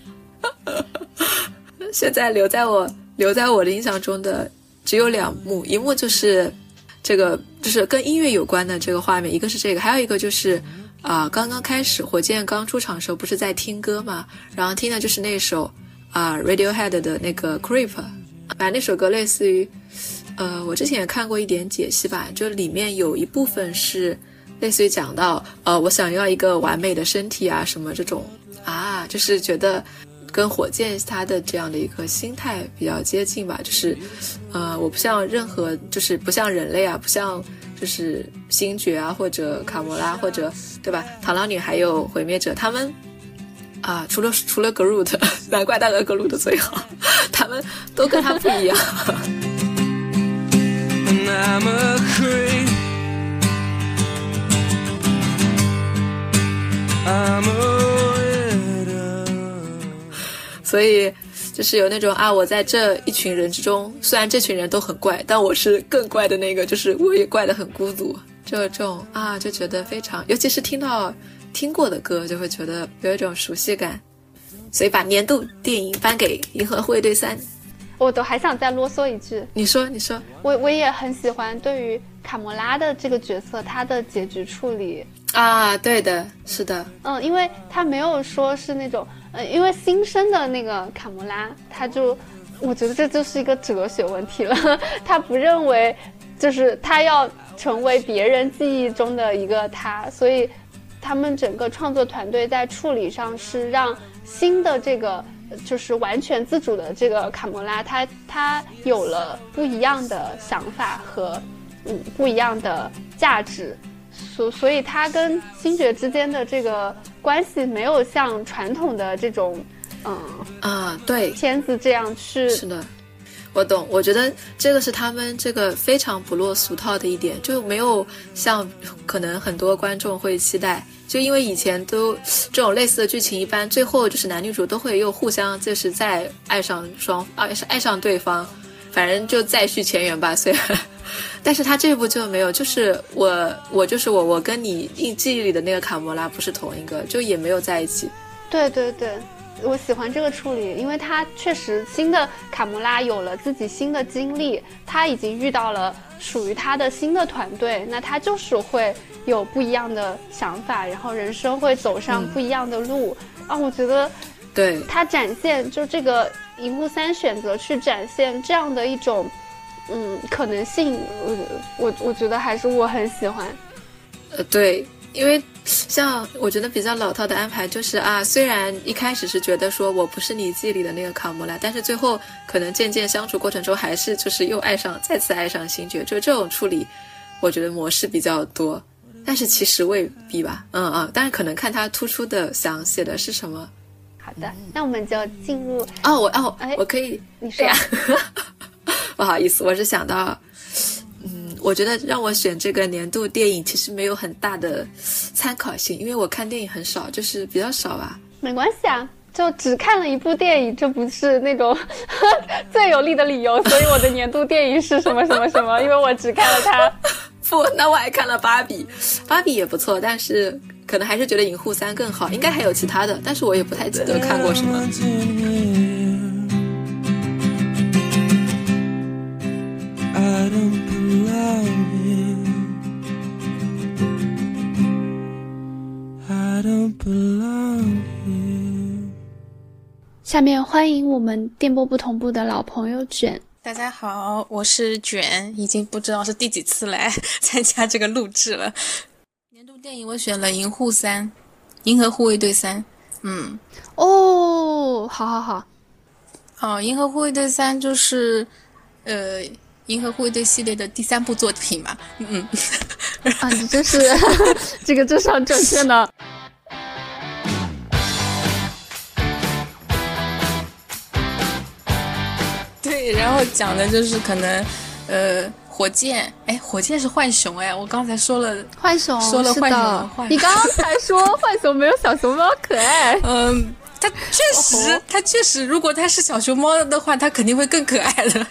现在留在我留在我的印象中的只有两幕，一幕就是这个就是跟音乐有关的这个画面，一个是这个，还有一个就是啊、呃，刚刚开始火箭刚出场的时候不是在听歌嘛，然后听的就是那首啊、uh, Radiohead 的那个 Creep， 反正那首歌类似于呃我之前也看过一点解析吧，就里面有一部分是类似于讲到呃我想要一个完美的身体啊什么这种啊，就是觉得跟火箭他的这样的一个心态比较接近吧，就是呃我不像任何就是不像人类啊，不像就是星爵啊或者卡魔拉或者对吧螳螂女还有毁灭者，他们啊，除了除了 Groot， 难怪大哥 Groot 最好，他们都跟他不一样。所以就是有那种啊，我在这一群人之中，虽然这群人都很怪，但我是更怪的那个，就是我也怪得很孤独，就这种啊，就觉得非常，尤其是听到听过的歌就会觉得有一种熟悉感，所以把年度电影颁给银河护卫队三。 我都还想再啰嗦一句， 你说你说。 我我也很喜欢对于卡魔拉的这个角色他的结局处理啊，对的，是的， 嗯，因为他没有说是那种呃，因为新生的那个卡魔拉他就我觉得这就是一个哲学问题了，他不认为就是他要成为别人记忆中的一个他，所以他们整个创作团队在处理上是让新的这个就是完全自主的这个卡魔拉，他他有了不一样的想法和嗯不一样的价值，所所以他跟星爵之间的这个关系没有像传统的这种嗯啊对片子这样去。 是的，我懂，我觉得这个是他们这个非常不落俗套的一点，就没有像可能很多观众会期待，就因为以前都这种类似的剧情，一般最后就是男女主都会又互相就是再爱上双爱爱上对方，反正就再续前缘吧，虽然但是他这部就没有，就是我我就是我我跟你记忆里的那个卡魔拉不是同一个，就也没有在一起。 对对对，我喜欢这个处理，因为他确实新的卡魔拉有了自己新的经历，他已经遇到了属于他的新的团队，那他就是会有不一样的想法，然后人生会走上不一样的路、嗯、啊，我觉得对他展现就这个银幕三选择去展现这样的一种嗯可能性，我我我觉得还是我很喜欢。 呃，对，因为像我觉得比较老套的安排就是啊，虽然一开始是觉得说我不是你记忆里的那个卡魔拉，但是最后可能渐渐相处过程中还是就是又爱上再次爱上星爵，就这种处理我觉得模式比较多，但是其实未必吧。嗯嗯，但是可能看他突出的想写的是什么。 好的，那我们就进入哦，我哦，我可以你说、 哎、不好意思，我是想到嗯，我觉得让我选这个年度电影其实没有很大的参考性，因为我看电影很少，就是比较少吧。 没关系啊，就只看了一部电影，这不是那种最有力的理由，所以我的年度电影是什么什么什么，因为我只看了它。 不，那我还看了芭比，芭比也不错，但是可能还是觉得银护三更好，应该还有其他的，但是我也不太记得看过什么。I don't belong here. I don't belong here. 下面欢迎我们电波不同步的老朋友卷。 大家好，我是卷，已经不知道是第几次来参加这个录制了。年度电影我选了《银护三》，《银河护卫队三》。嗯， 哦，好好好。 哦，《银河护卫队三》就是呃。银河护卫队系列的第三部作品嘛，嗯嗯，啊，你真是这个这是很准确呢。 对，然后讲的就是可能，呃，火箭，哎，火箭是浣熊，哎，我刚才说了浣熊， 说了浣熊，浣你刚刚才说浣熊没有小熊猫可爱， 嗯。它确实，哦、它确实，如果它是小熊猫的话，它肯定会更可爱的。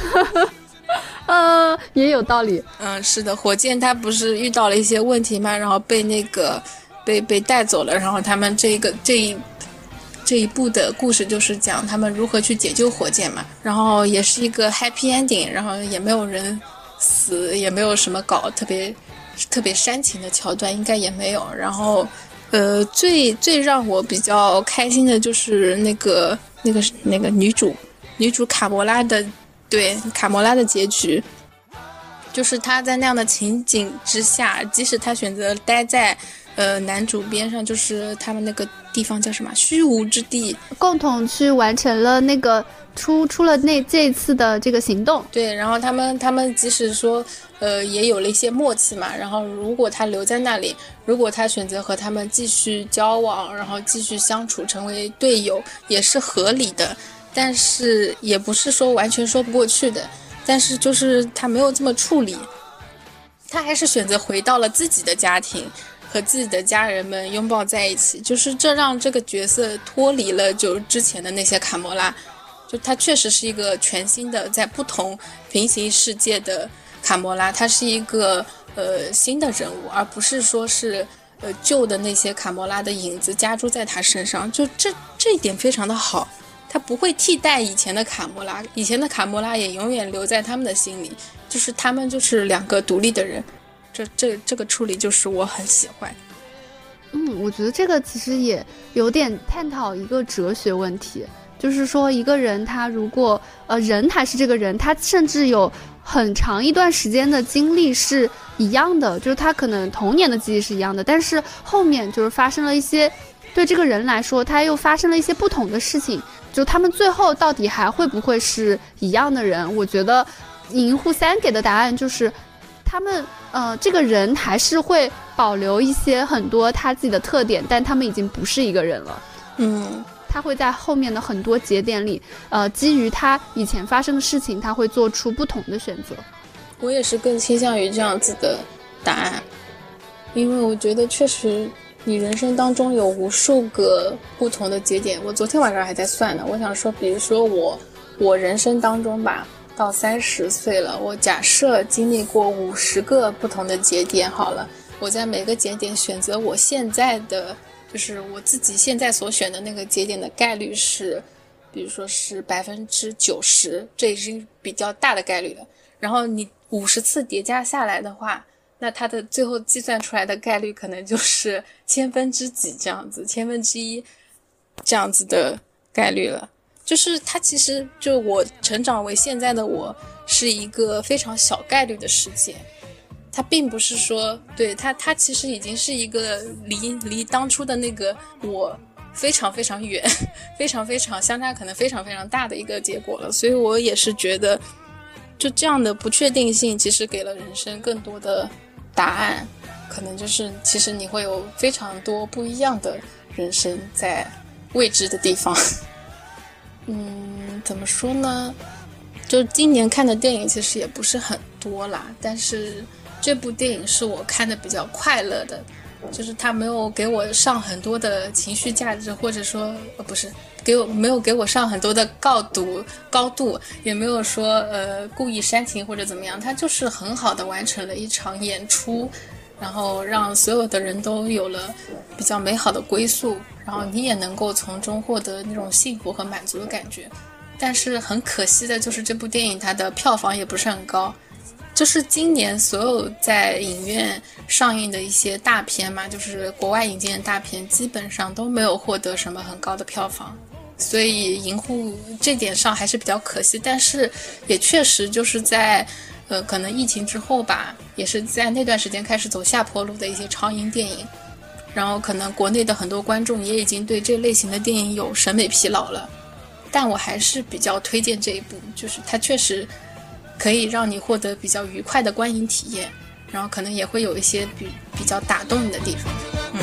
呃，也有道理。 嗯，是的，火箭它不是遇到了一些问题嘛，然后被那个被被带走了，然后他们这个这一这一部的故事就是讲他们如何去解救火箭嘛，然后也是一个 happy ending， 然后也没有人死，也没有什么搞特别特别煽情的桥段，应该也没有。然后呃，最最让我比较开心的就是那个那个那个女主女主卡魔拉的。对卡魔拉的结局，就是他在那样的情景之下，即使他选择待在呃男主边上，就是他们那个地方叫什么虚无之地， 共同去完成了那个出出了那这次的这个行动。 对，然后他们他们即使说呃也有了一些默契嘛，然后如果他留在那里，如果他选择和他们继续交往，然后继续相处，成为队友，也是合理的。但是也不是说完全说不过去的，但是就是他没有这么处理，他还是选择回到了自己的家庭，和自己的家人们拥抱在一起，就是这让这个角色脱离了就之前的那些卡魔拉，就他确实是一个全新的在不同平行世界的卡魔拉，他是一个呃新的人物，而不是说是呃旧的那些卡魔拉的影子加诸在他身上，就这这一点非常的好。他不会替代以前的卡魔拉，以前的卡魔拉也永远留在他们的心里，就是他们就是两个独立的人，这这这个处理就是我很喜欢。 嗯，我觉得这个其实也有点探讨一个哲学问题，就是说一个人他如果呃人还是这个人，他甚至有很长一段时间的经历是一样的，就是他可能童年的记忆是一样的，但是后面就是发生了一些对这个人来说他又发生了一些不同的事情，就他们最后到底还会不会是一样的人？我觉得银护三给的答案就是他们呃这个人还是会保留一些很多他自己的特点，但他们已经不是一个人了。 嗯， 他会在后面的很多节点里呃基于他以前发生的事情，他会做出不同的选择。 我也是更倾向于这样子的答案，因为我觉得确实你人生当中有无数个不同的节点，我昨天晚上还在算呢。我想说，比如说我，我人生当中吧，到三十岁了，我假设经历过五十个不同的节点好了，我在每个节点选择我现在的，就是我自己现在所选的那个节点的概率是，比如说是百分之九十，这已经比较大的概率了。然后你五十次叠加下来的话，那它的最后计算出来的概率可能就是千分之几这样子，千分之一这样子的概率了。就是它其实就我成长为现在的我是一个非常小概率的事件， 它并不是说对它它其实已经是一个离离当初的那个我非常非常远，非常非常相差可能非常非常大的一个结果了。所以我也是觉得就这样的不确定性其实给了人生更多的答案，可能就是其实你会有非常多不一样的人生在未知的地方。嗯，怎么说呢，就今年看的电影其实也不是很多啦，但是这部电影是我看的比较快乐的，就是它没有给我上很多的情绪价值，或者说呃不是给我没有给我上很多的高度高度，也没有说呃故意煽情或者怎么样，它就是很好的完成了一场演出，然后让所有的人都有了比较美好的归宿，然后你也能够从中获得那种幸福和满足的感觉。但是很可惜的就是这部电影它的票房也不是很高，就是今年所有在影院上映的一些大片嘛，就是国外引进的大片基本上都没有获得什么很高的票房，所以银护这点上还是比较可惜。但是也确实就是在呃，可能疫情之后吧，也是在那段时间开始走下坡路的一些超英电影，然后可能国内的很多观众也已经对这类型的电影有审美疲劳了，但我还是比较推荐这一部，就是它确实可以让你获得比较愉快的观影体验，然后可能也会有一些比比较打动你的地方。嗯。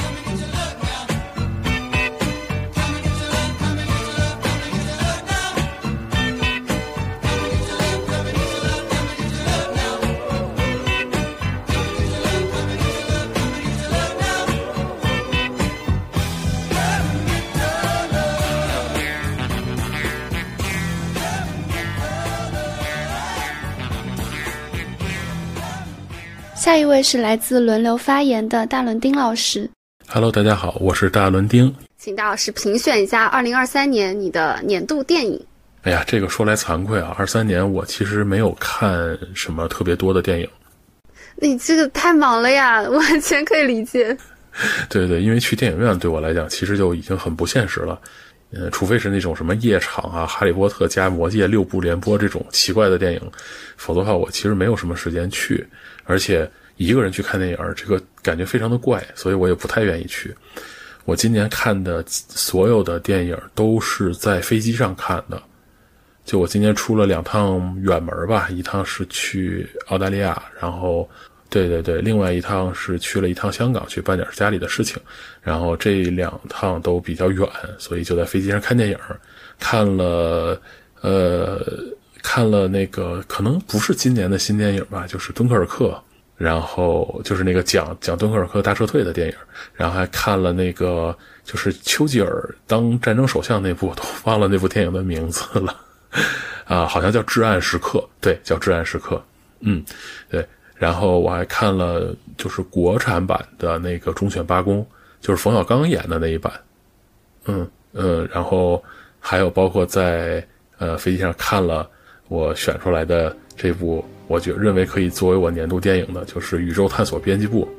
下一位是来自轮流发言的大伦丁老师。 Hello， 大家好，我是大伦丁。 请大老师评选一下二零二三年你的年度电影。 哎呀，这个说来惭愧啊，二三年我其实没有看什么特别多的电影。 你这个太忙了呀，完全可以理解。 对对，因为去电影院对我来讲其实就已经很不现实了，呃，除非是那种什么夜场啊、哈利波特加魔戒六部连播这种奇怪的电影，否则的话我其实没有什么时间去，而且一个人去看电影这个感觉非常的怪，所以我也不太愿意去。我今年看的所有的电影都是在飞机上看的，就我今年出了两趟远门吧，一趟是去澳大利亚，然后对对对，另外一趟是去了一趟香港去办点家里的事情，然后这两趟都比较远，所以就在飞机上看电影，看了呃看了那个可能不是今年的新电影吧，就是敦刻尔克，然后就是那个讲讲敦刻尔克大撤退的电影，然后还看了那个就是丘吉尔当战争首相那部，我都忘了那部电影的名字了啊，好像叫至暗时刻，对，叫至暗时刻，嗯，对。然后我还看了就是国产版的那个忠犬八公，就是冯小刚演的那一版，嗯嗯，然后还有包括在呃飞机上看了我选出来的这部我觉认为可以作为我年度电影的，就是《宇宙探索编辑部》。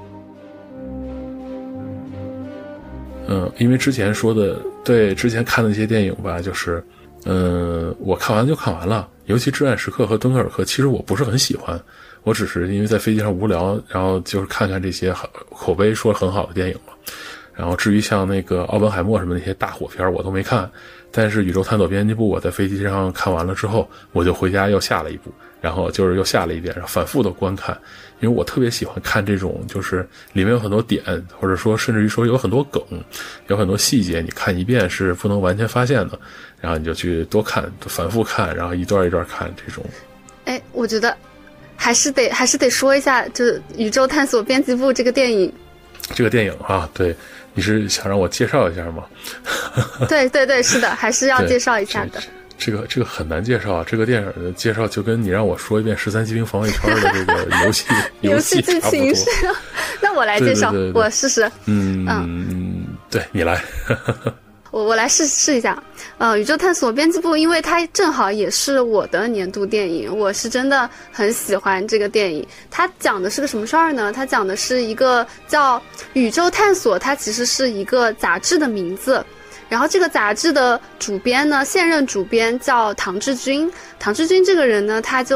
嗯，因为之前说的，对之前看的那些电影吧，就是嗯，我看完就看完了，尤其《至暗时刻》和《敦刻尔克》，其实我不是很喜欢。我只是因为在飞机上无聊，然后就是看看这些口碑说很好的电影嘛。然后至于像那个奥本海默什么那些大火片我都没看，但是《宇宙探索编辑部》我在飞机上看完了之后，我就回家又下了一部，然后就是又下了一遍，然后反复的观看，因为我特别喜欢看这种就是里面有很多点，或者说甚至于说有很多梗，有很多细节，你看一遍是不能完全发现的，然后你就去多看，反复看，然后一段一段看这种。 哎，我觉得还是得还是得说一下，就是《宇宙探索编辑部》这个电影。 这个电影啊，对，你是想让我介绍一下吗？ 对对对，是的，还是要介绍一下的。 这个这个很难介绍啊，这个电影的介绍就跟你让我说一遍十三机兵防卫圈的这个游戏游戏剧情是，那我来介绍， 对对对对， 我试试。 嗯嗯，对你来。 我我来试试一下，呃，宇宙探索编辑部，因为它正好也是我的年度电影，我是真的很喜欢这个电影。它讲的是个什么事儿呢？它讲的是一个叫宇宙探索，它其实是一个杂志的名字。然后这个杂志的主编呢，现任主编叫唐志军。唐志军这个人呢，他就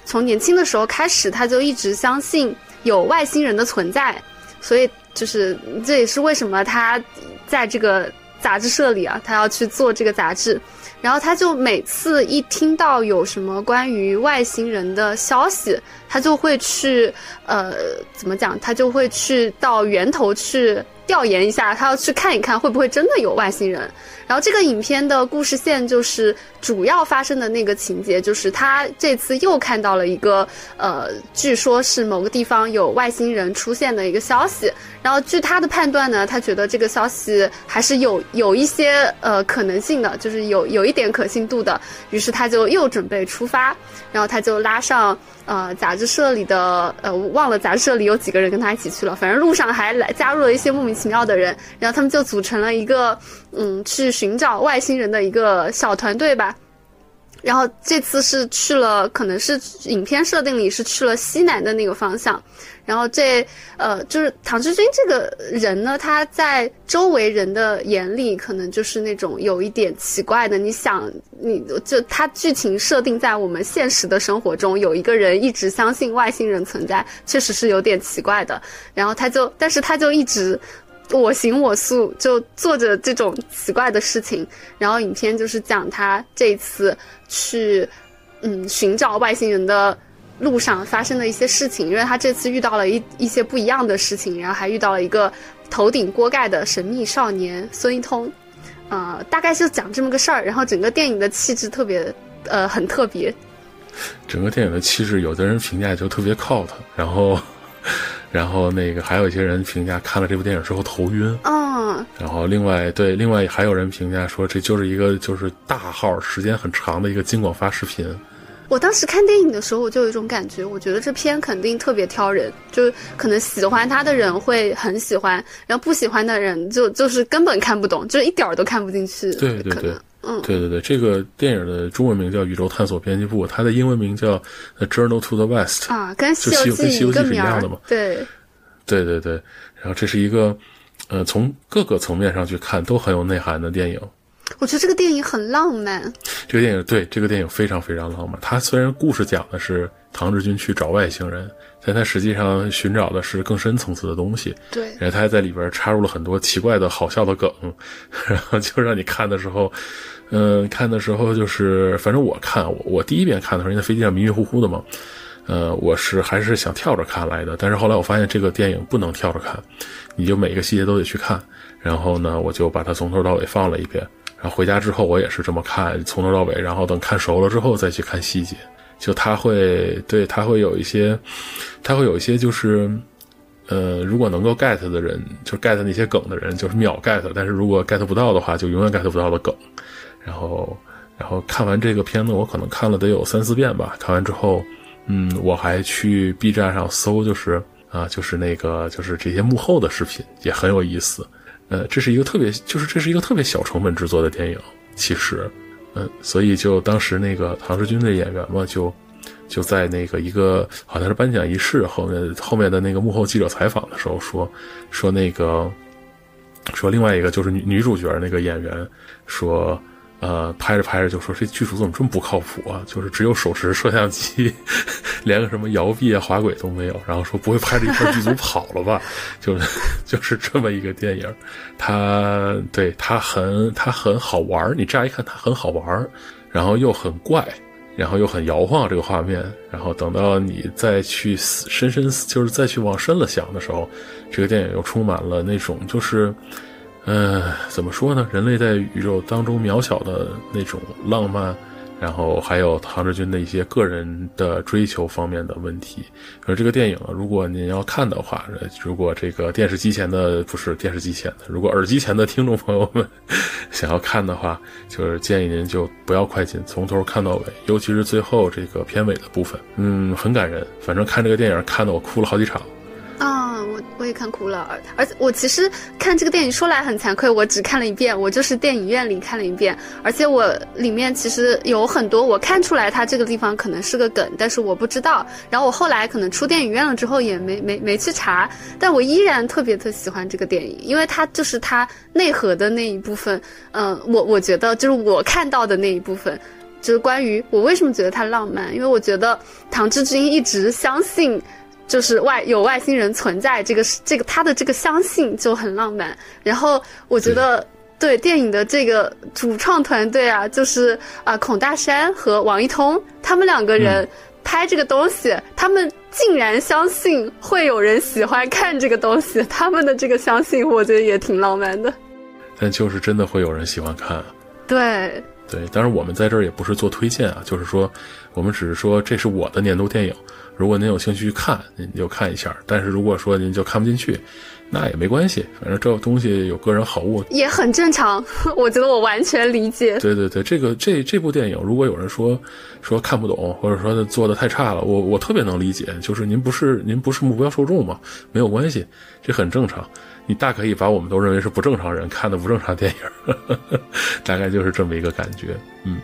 从年轻的时候开始，他就一直相信有外星人的存在，所以就是这也是为什么他在这个杂志社里啊，他要去做这个杂志。然后他就每次一听到有什么关于外星人的消息，他就会去呃怎么讲，他就会去到源头去调研一下，他要去看一看会不会真的有外星人。然后这个影片的故事线就是主要发生的那个情节，就是他这次又看到了一个呃，据说是某个地方有外星人出现的一个消息。然后据他的判断呢，他觉得这个消息还是有有一些呃可能性的，就是有有一点可信度的。于是他就又准备出发，然后他就拉上呃杂志社里的呃忘了杂志社里有几个人跟他一起去了，反正路上还来加入了一些莫名其妙的人，然后他们就组成了一个嗯去寻找外星人的一个小团队吧。然后这次是去了，可能是影片设定里是去了西南的那个方向。然后这呃就是唐志军这个人呢，他在周围人的眼里可能就是那种有一点奇怪的。你想，你就他剧情设定在我们现实的生活中，有一个人一直相信外星人存在，确实是有点奇怪的。然后他就，但是他就一直我行我素，就做着这种奇怪的事情。然后影片就是讲他这一次去嗯寻找外星人的路上发生的一些事情，因为他这次遇到了一一些不一样的事情，然后还遇到了一个头顶锅盖的神秘少年孙一通，呃，大概是讲这么个事儿。然后整个电影的气质特别呃很特别， 整个电影的气质，有的人评价就特别靠它，然后然后那个还有一些人评价看了这部电影之后头晕， 嗯， 然后另外对另外还有人评价说这就是一个就是大号时间很长的一个金广发视频。 我当时看电影的时候，我就有一种感觉，我觉得这片肯定特别挑人，就可能喜欢他的人会很喜欢，然后不喜欢的人就就是根本看不懂，就是一点儿都看不进去。 对对对， 嗯， 对对对，这个电影的中文名叫《宇宙探索编辑部》，它的英文名叫《The Journal to the West》 啊，跟《西游记》 一个名儿的嘛。 对， 对对对，然后这是一个，呃，从各个层面上去看都很有内涵的电影。 我觉得这个电影很浪漫。 这个电影对这个电影非常非常浪漫。它虽然故事讲的是唐志军去找外星人，但他实际上寻找的是更深层次的东西。 对， 然后他还在里边插入了很多奇怪的好笑的梗，然后就让你看的时候，嗯、呃，看的时候就是，反正我看我我第一遍看的时候，因为飞机上迷迷糊糊的嘛，呃，我是还是想跳着看来的。但是后来我发现这个电影不能跳着看，你就每一个细节都得去看。然后呢，我就把它从头到尾放了一遍。然后回家之后我也是这么看，从头到尾，然后等看熟了之后再去看细节。就他会对他会有一些他会有一些就是呃如果能够 get 的人，就 get 那些梗的人就是秒 get， 但是如果 get 不到的话就永远 get 不到的梗。然后然后看完这个片子我可能看了得有三四遍吧，看完之后嗯我还去 B 站上搜，就是啊就是那个就是这些幕后的视频也很有意思。呃，这是一个特别，就是这是一个特别小成本制作的电影，其实，嗯，所以就当时那个唐志军的演员嘛，就就在那个一个好像是颁奖仪式后面后面的那个幕后记者采访的时候说说那个说另外一个就是女女主角那个演员说。呃，拍着拍着就说这剧组怎么这么不靠谱啊？就是只有手持摄像机，连个什么摇臂啊、滑轨都没有。然后说不会拍着一块剧组跑了吧？就是就是这么一个电影，它对它很它很好玩，你乍一看它很好玩，然后又很怪，然后又很摇晃这个画面。然后等到你再去深深就是再去往深了想的时候，这个电影又充满了那种就是。呃，怎么说呢？人类在宇宙当中渺小的那种浪漫，然后还有唐志军的一些个人的追求方面的问题。而这个电影，如果您要看的话，如果这个电视机前的不是电视机前的，如果耳机前的听众朋友们想要看的话，就是建议您就不要快进，从头看到尾，尤其是最后这个片尾的部分，嗯，很感人。反正看这个电影看得我哭了好几场。 啊、哦，我我也看哭了，而且我其实看这个电影说来很惭愧，我只看了一遍，我就是电影院里看了一遍，而且我里面其实有很多我看出来它这个地方可能是个梗，但是我不知道，然后我后来可能出电影院了之后也没没没去查，但我依然特别特喜欢这个电影，因为它就是它内核的那一部分，嗯、呃，我我觉得就是我看到的那一部分。 就是关于我为什么觉得它浪漫，因为我觉得唐志军一直相信就是外有外星人存在，这个这个他的这个相信就很浪漫。然后我觉得对电影的这个主创团队啊，就是啊、呃、孔大山和王一通他们两个人拍这个东西、嗯、他们竟然相信会有人喜欢看这个东西，他们的这个相信我觉得也挺浪漫的。 但就是真的会有人喜欢看。 对对，当然我们在这儿也不是做推荐啊，就是说我们只是说这是我的年度电影，如果您有兴趣去看您就看一下，但是如果说您就看不进去那也没关系，反正这个东西有个人好恶也很正常，我觉得我完全理解。 对对对，这个这这部电影如果有人说说看不懂，或者说做的太差了，我我特别能理解，就是您不是您不是目标受众嘛，没有关系，这很正常。你大可以把我们都认为是不正常人看的不正常电影，呵呵，大概就是这么一个感觉。嗯。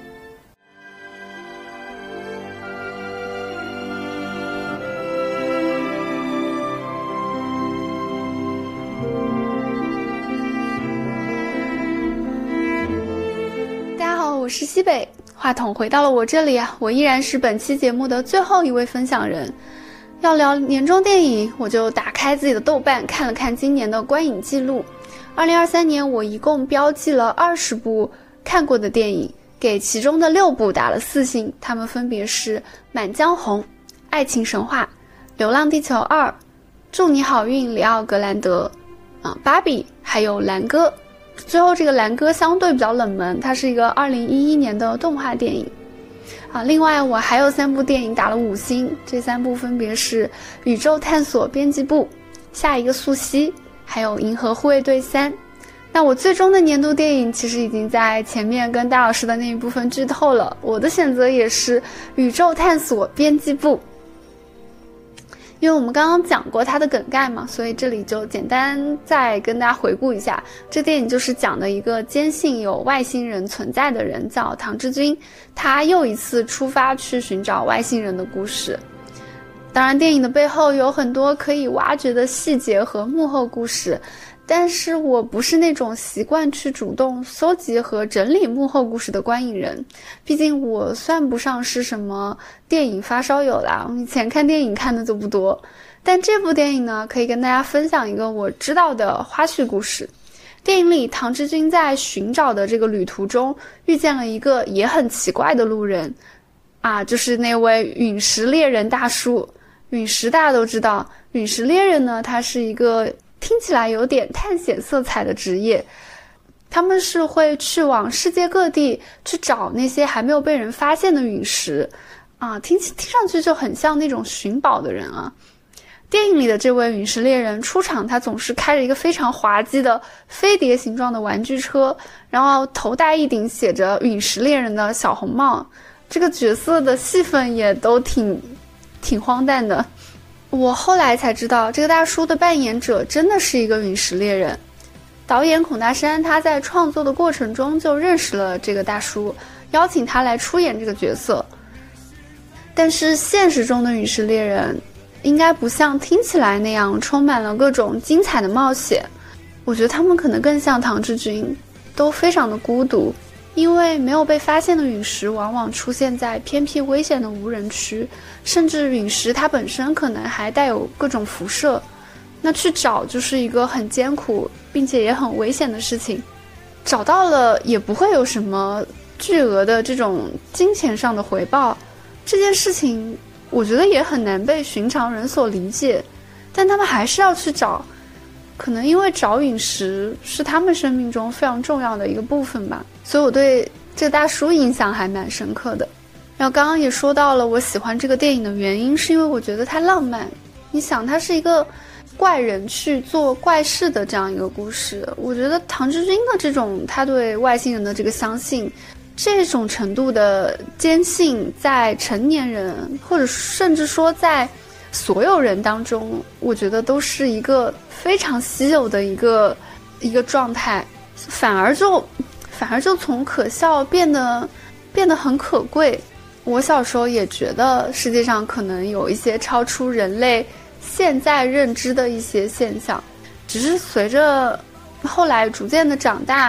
大家好，我是西北，话筒回到了我这里啊，我依然是本期节目的最后一位分享人。要聊年终电影，我就打开自己的豆瓣看了看今年的观影记录。二零二三年我一共标记了二十部看过的电影，给其中的六部打了四星，它们分别是《满江红》、《爱情神话》、《流浪地球二》、《祝你好运里奥格兰德》啊，《芭比》还有《蓝歌》。最后这个《蓝歌》相对比较冷门，它是一个二零一一年的动画电影。啊，另外我还有三部电影打了五星，这三部分别是《宇宙探索编辑部》、《下一个素汐》还有《银河护卫队三》。那我最终的年度电影其实已经在前面跟大老师的那一部分剧透了，我的选择也是《宇宙探索编辑部》。因为我们刚刚讲过它的梗概嘛，所以这里就简单再跟大家回顾一下。这电影就是讲的一个坚信有外星人存在的人，叫唐志军，他又一次出发去寻找外星人的故事。当然电影的背后有很多可以挖掘的细节和幕后故事，但是我不是那种习惯去主动搜集和整理幕后故事的观影人，毕竟我算不上是什么电影发烧友啦，以前看电影看的就不多。但这部电影呢，可以跟大家分享一个我知道的花絮故事。电影里唐志军在寻找的这个旅途中遇见了一个也很奇怪的路人啊，就是那位陨石猎人大叔。陨石大家都知道，陨石猎人呢，他是一个听起来有点探险色彩的职业，他们是会去往世界各地去找那些还没有被人发现的陨石啊，听听上去就很像那种寻宝的人啊。电影里的这位陨石猎人出场，他总是开着一个非常滑稽的飞碟形状的玩具车，然后头戴一顶写着陨石猎人的小红帽，这个角色的戏份也都挺挺荒诞的。我后来才知道，这个大叔的扮演者真的是一个陨石猎人。导演孔大山他在创作的过程中就认识了这个大叔，邀请他来出演这个角色。但是现实中的陨石猎人应该不像听起来那样充满了各种精彩的冒险，我觉得他们可能更像唐志军，都非常的孤独。因为没有被发现的陨石往往出现在偏僻危险的无人区，甚至陨石它本身可能还带有各种辐射，那去找就是一个很艰苦并且也很危险的事情。找到了也不会有什么巨额的这种金钱上的回报，这件事情我觉得也很难被寻常人所理解，但他们还是要去找，可能因为找陨石是他们生命中非常重要的一个部分吧，所以我对这个大叔印象还蛮深刻的。然后刚刚也说到了我喜欢这个电影的原因，是因为我觉得它浪漫。你想，它是一个怪人去做怪事的这样一个故事，我觉得唐志军的这种他对外星人的这个相信，这种程度的坚信，在成年人或者甚至说在所有人当中，我觉得都是一个非常稀有的一个一个状态，反而就反而就从可笑变得变得很可贵。我小时候也觉得世界上可能有一些超出人类现在认知的一些现象，只是随着后来逐渐的长大，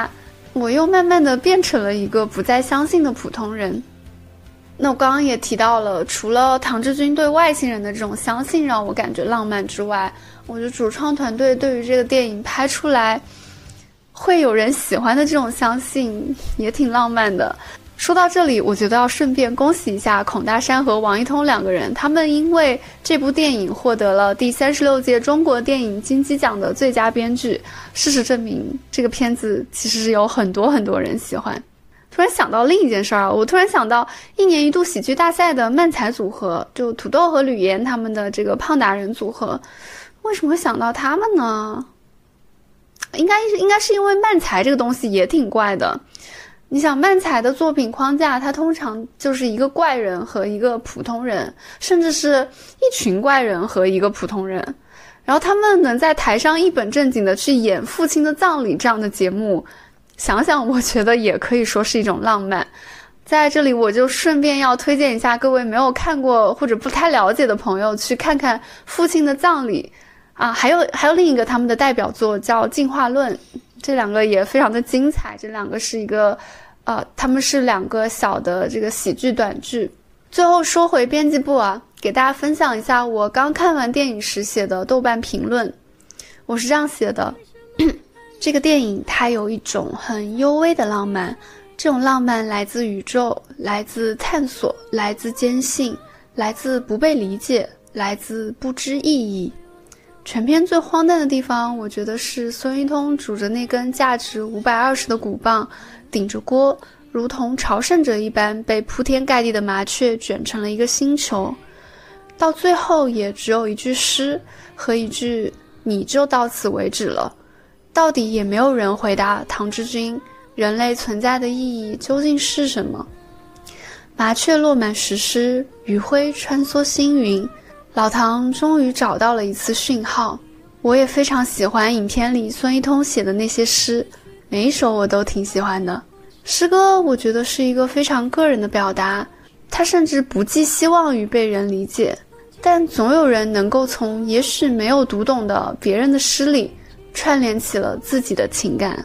我又慢慢的变成了一个不再相信的普通人。那我刚刚也提到了，除了唐志军对外星人的这种相信让我感觉浪漫之外，我觉得主创团队对于这个电影拍出来会有人喜欢的这种相信也挺浪漫的。说到这里，我觉得要顺便恭喜一下孔大山和王一通两个人，他们因为这部电影获得了第三十六届中国电影金鸡奖的最佳编剧。事实证明，这个片子其实是有很多很多人喜欢。突然想到另一件事儿啊，我突然想到一年一度喜剧大赛的漫才组合，就土豆和吕岩他们的这个胖达人组合，为什么会想到他们呢？应该应该是因为漫才这个东西也挺怪的。你想漫才的作品框架，它通常就是一个怪人和一个普通人，甚至是一群怪人和一个普通人，然后他们能在台上一本正经的去演父亲的葬礼这样的节目，想想我觉得也可以说是一种浪漫。在这里我就顺便要推荐一下各位没有看过或者不太了解的朋友去看看父亲的葬礼啊，还有还有另一个他们的代表作叫进化论，这两个也非常的精彩。这两个是一个呃，他们是两个小的这个喜剧短剧。最后说回编辑部啊，给大家分享一下我刚看完电影时写的豆瓣评论。我是这样写的这个电影它有一种很幽微的浪漫，这种浪漫来自宇宙，来自探索，来自坚信，来自不被理解，来自不知意义。全片最荒诞的地方，我觉得是孙一通拄着那根价值五百二十的鼓棒，顶着锅，如同朝圣者一般被铺天盖地的麻雀卷成了一个星球，到最后也只有一句诗和一句你就到此为止了。到底也没有人回答唐志军人类存在的意义究竟是什么。麻雀落满石狮，余晖穿梭星云，老唐终于找到了一次讯号。我也非常喜欢影片里孙一通写的那些诗，每一首我都挺喜欢的。诗歌我觉得是一个非常个人的表达，它甚至不寄希望于被人理解，但总有人能够从也许没有读懂的别人的诗里串联起了自己的情感。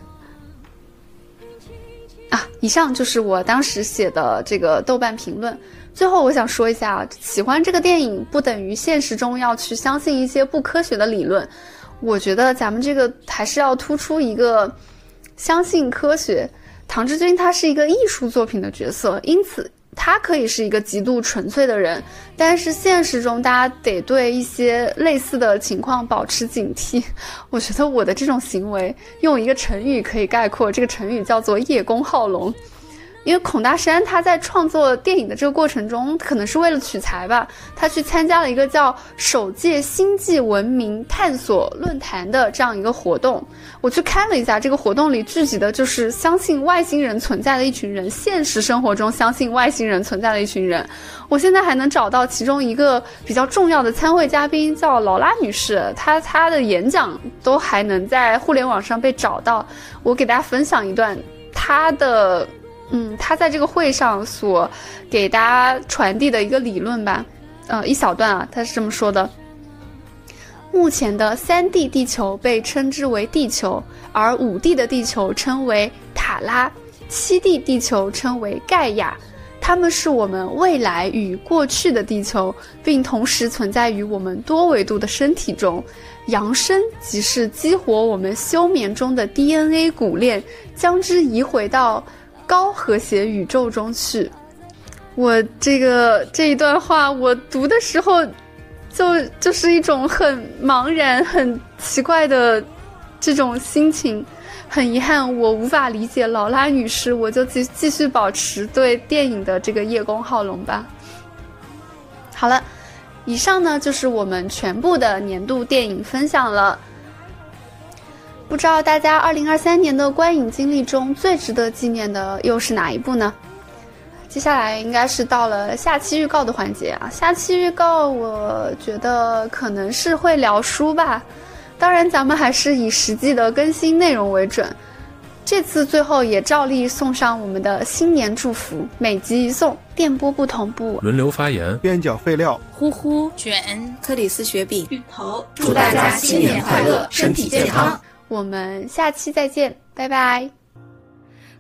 啊，以上就是我当时写的这个豆瓣评论。最后我想说一下，喜欢这个电影不等于现实中要去相信一些不科学的理论。我觉得咱们这个还是要突出一个相信科学。唐志军他是一个艺术作品的角色，因此他可以是一个极度纯粹的人，但是现实中大家得对一些类似的情况保持警惕。我觉得我的这种行为用一个成语可以概括，这个成语叫做叶公好龙。因为孔大山他在创作电影的这个过程中，可能是为了取材吧，他去参加了一个叫首届星际文明探索论坛的这样一个活动。我去看了一下，这个活动里聚集的就是相信外星人存在的一群人，现实生活中相信外星人存在的一群人。我现在还能找到其中一个比较重要的参会嘉宾叫劳拉女士，她她的演讲都还能在互联网上被找到。我给大家分享一段她的嗯，他在这个会上所给大家传递的一个理论吧，呃，一小段啊，他是这么说的：目前的三 D 地球被称之为地球，而五 D 的地球称为塔拉，七 D 地球称为盖亚。它们是我们未来与过去的地球，并同时存在于我们多维度的身体中。扬升即是激活我们休眠中的 D N A 骨链，将之移回到高和谐宇宙中去。我这个这一段话我读的时候就就是一种很茫然很奇怪的这种心情。很遗憾我无法理解劳拉女士，我就继继续保持对电影的这个叶公好龙吧。好了，以上呢就是我们全部的年度电影分享了。不知道大家二零二三年的观影经历中最值得纪念的又是哪一部呢？接下来应该是到了下期预告的环节啊。下期预告我觉得可能是会聊书吧，当然咱们还是以实际的更新内容为准。这次最后也照例送上我们的新年祝福，每集一送，电波不同步， 轮流发言， 边角废料， 呼呼卷， 克里斯雪饼， 芋头， 祝大家新年快乐，身体健康。 我们下期再见，拜拜。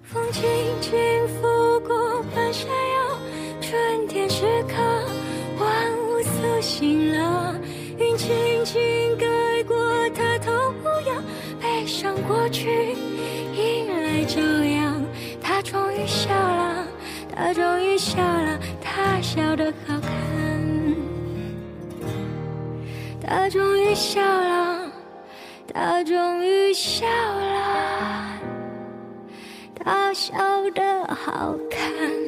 风轻轻拂过半山腰，春天时刻，万物苏醒了。云轻轻盖过他头摇，背上过去，迎来朝阳。他终于笑了，他终于笑了，他笑得好看。他终于笑了，他终于笑了，他笑得好看。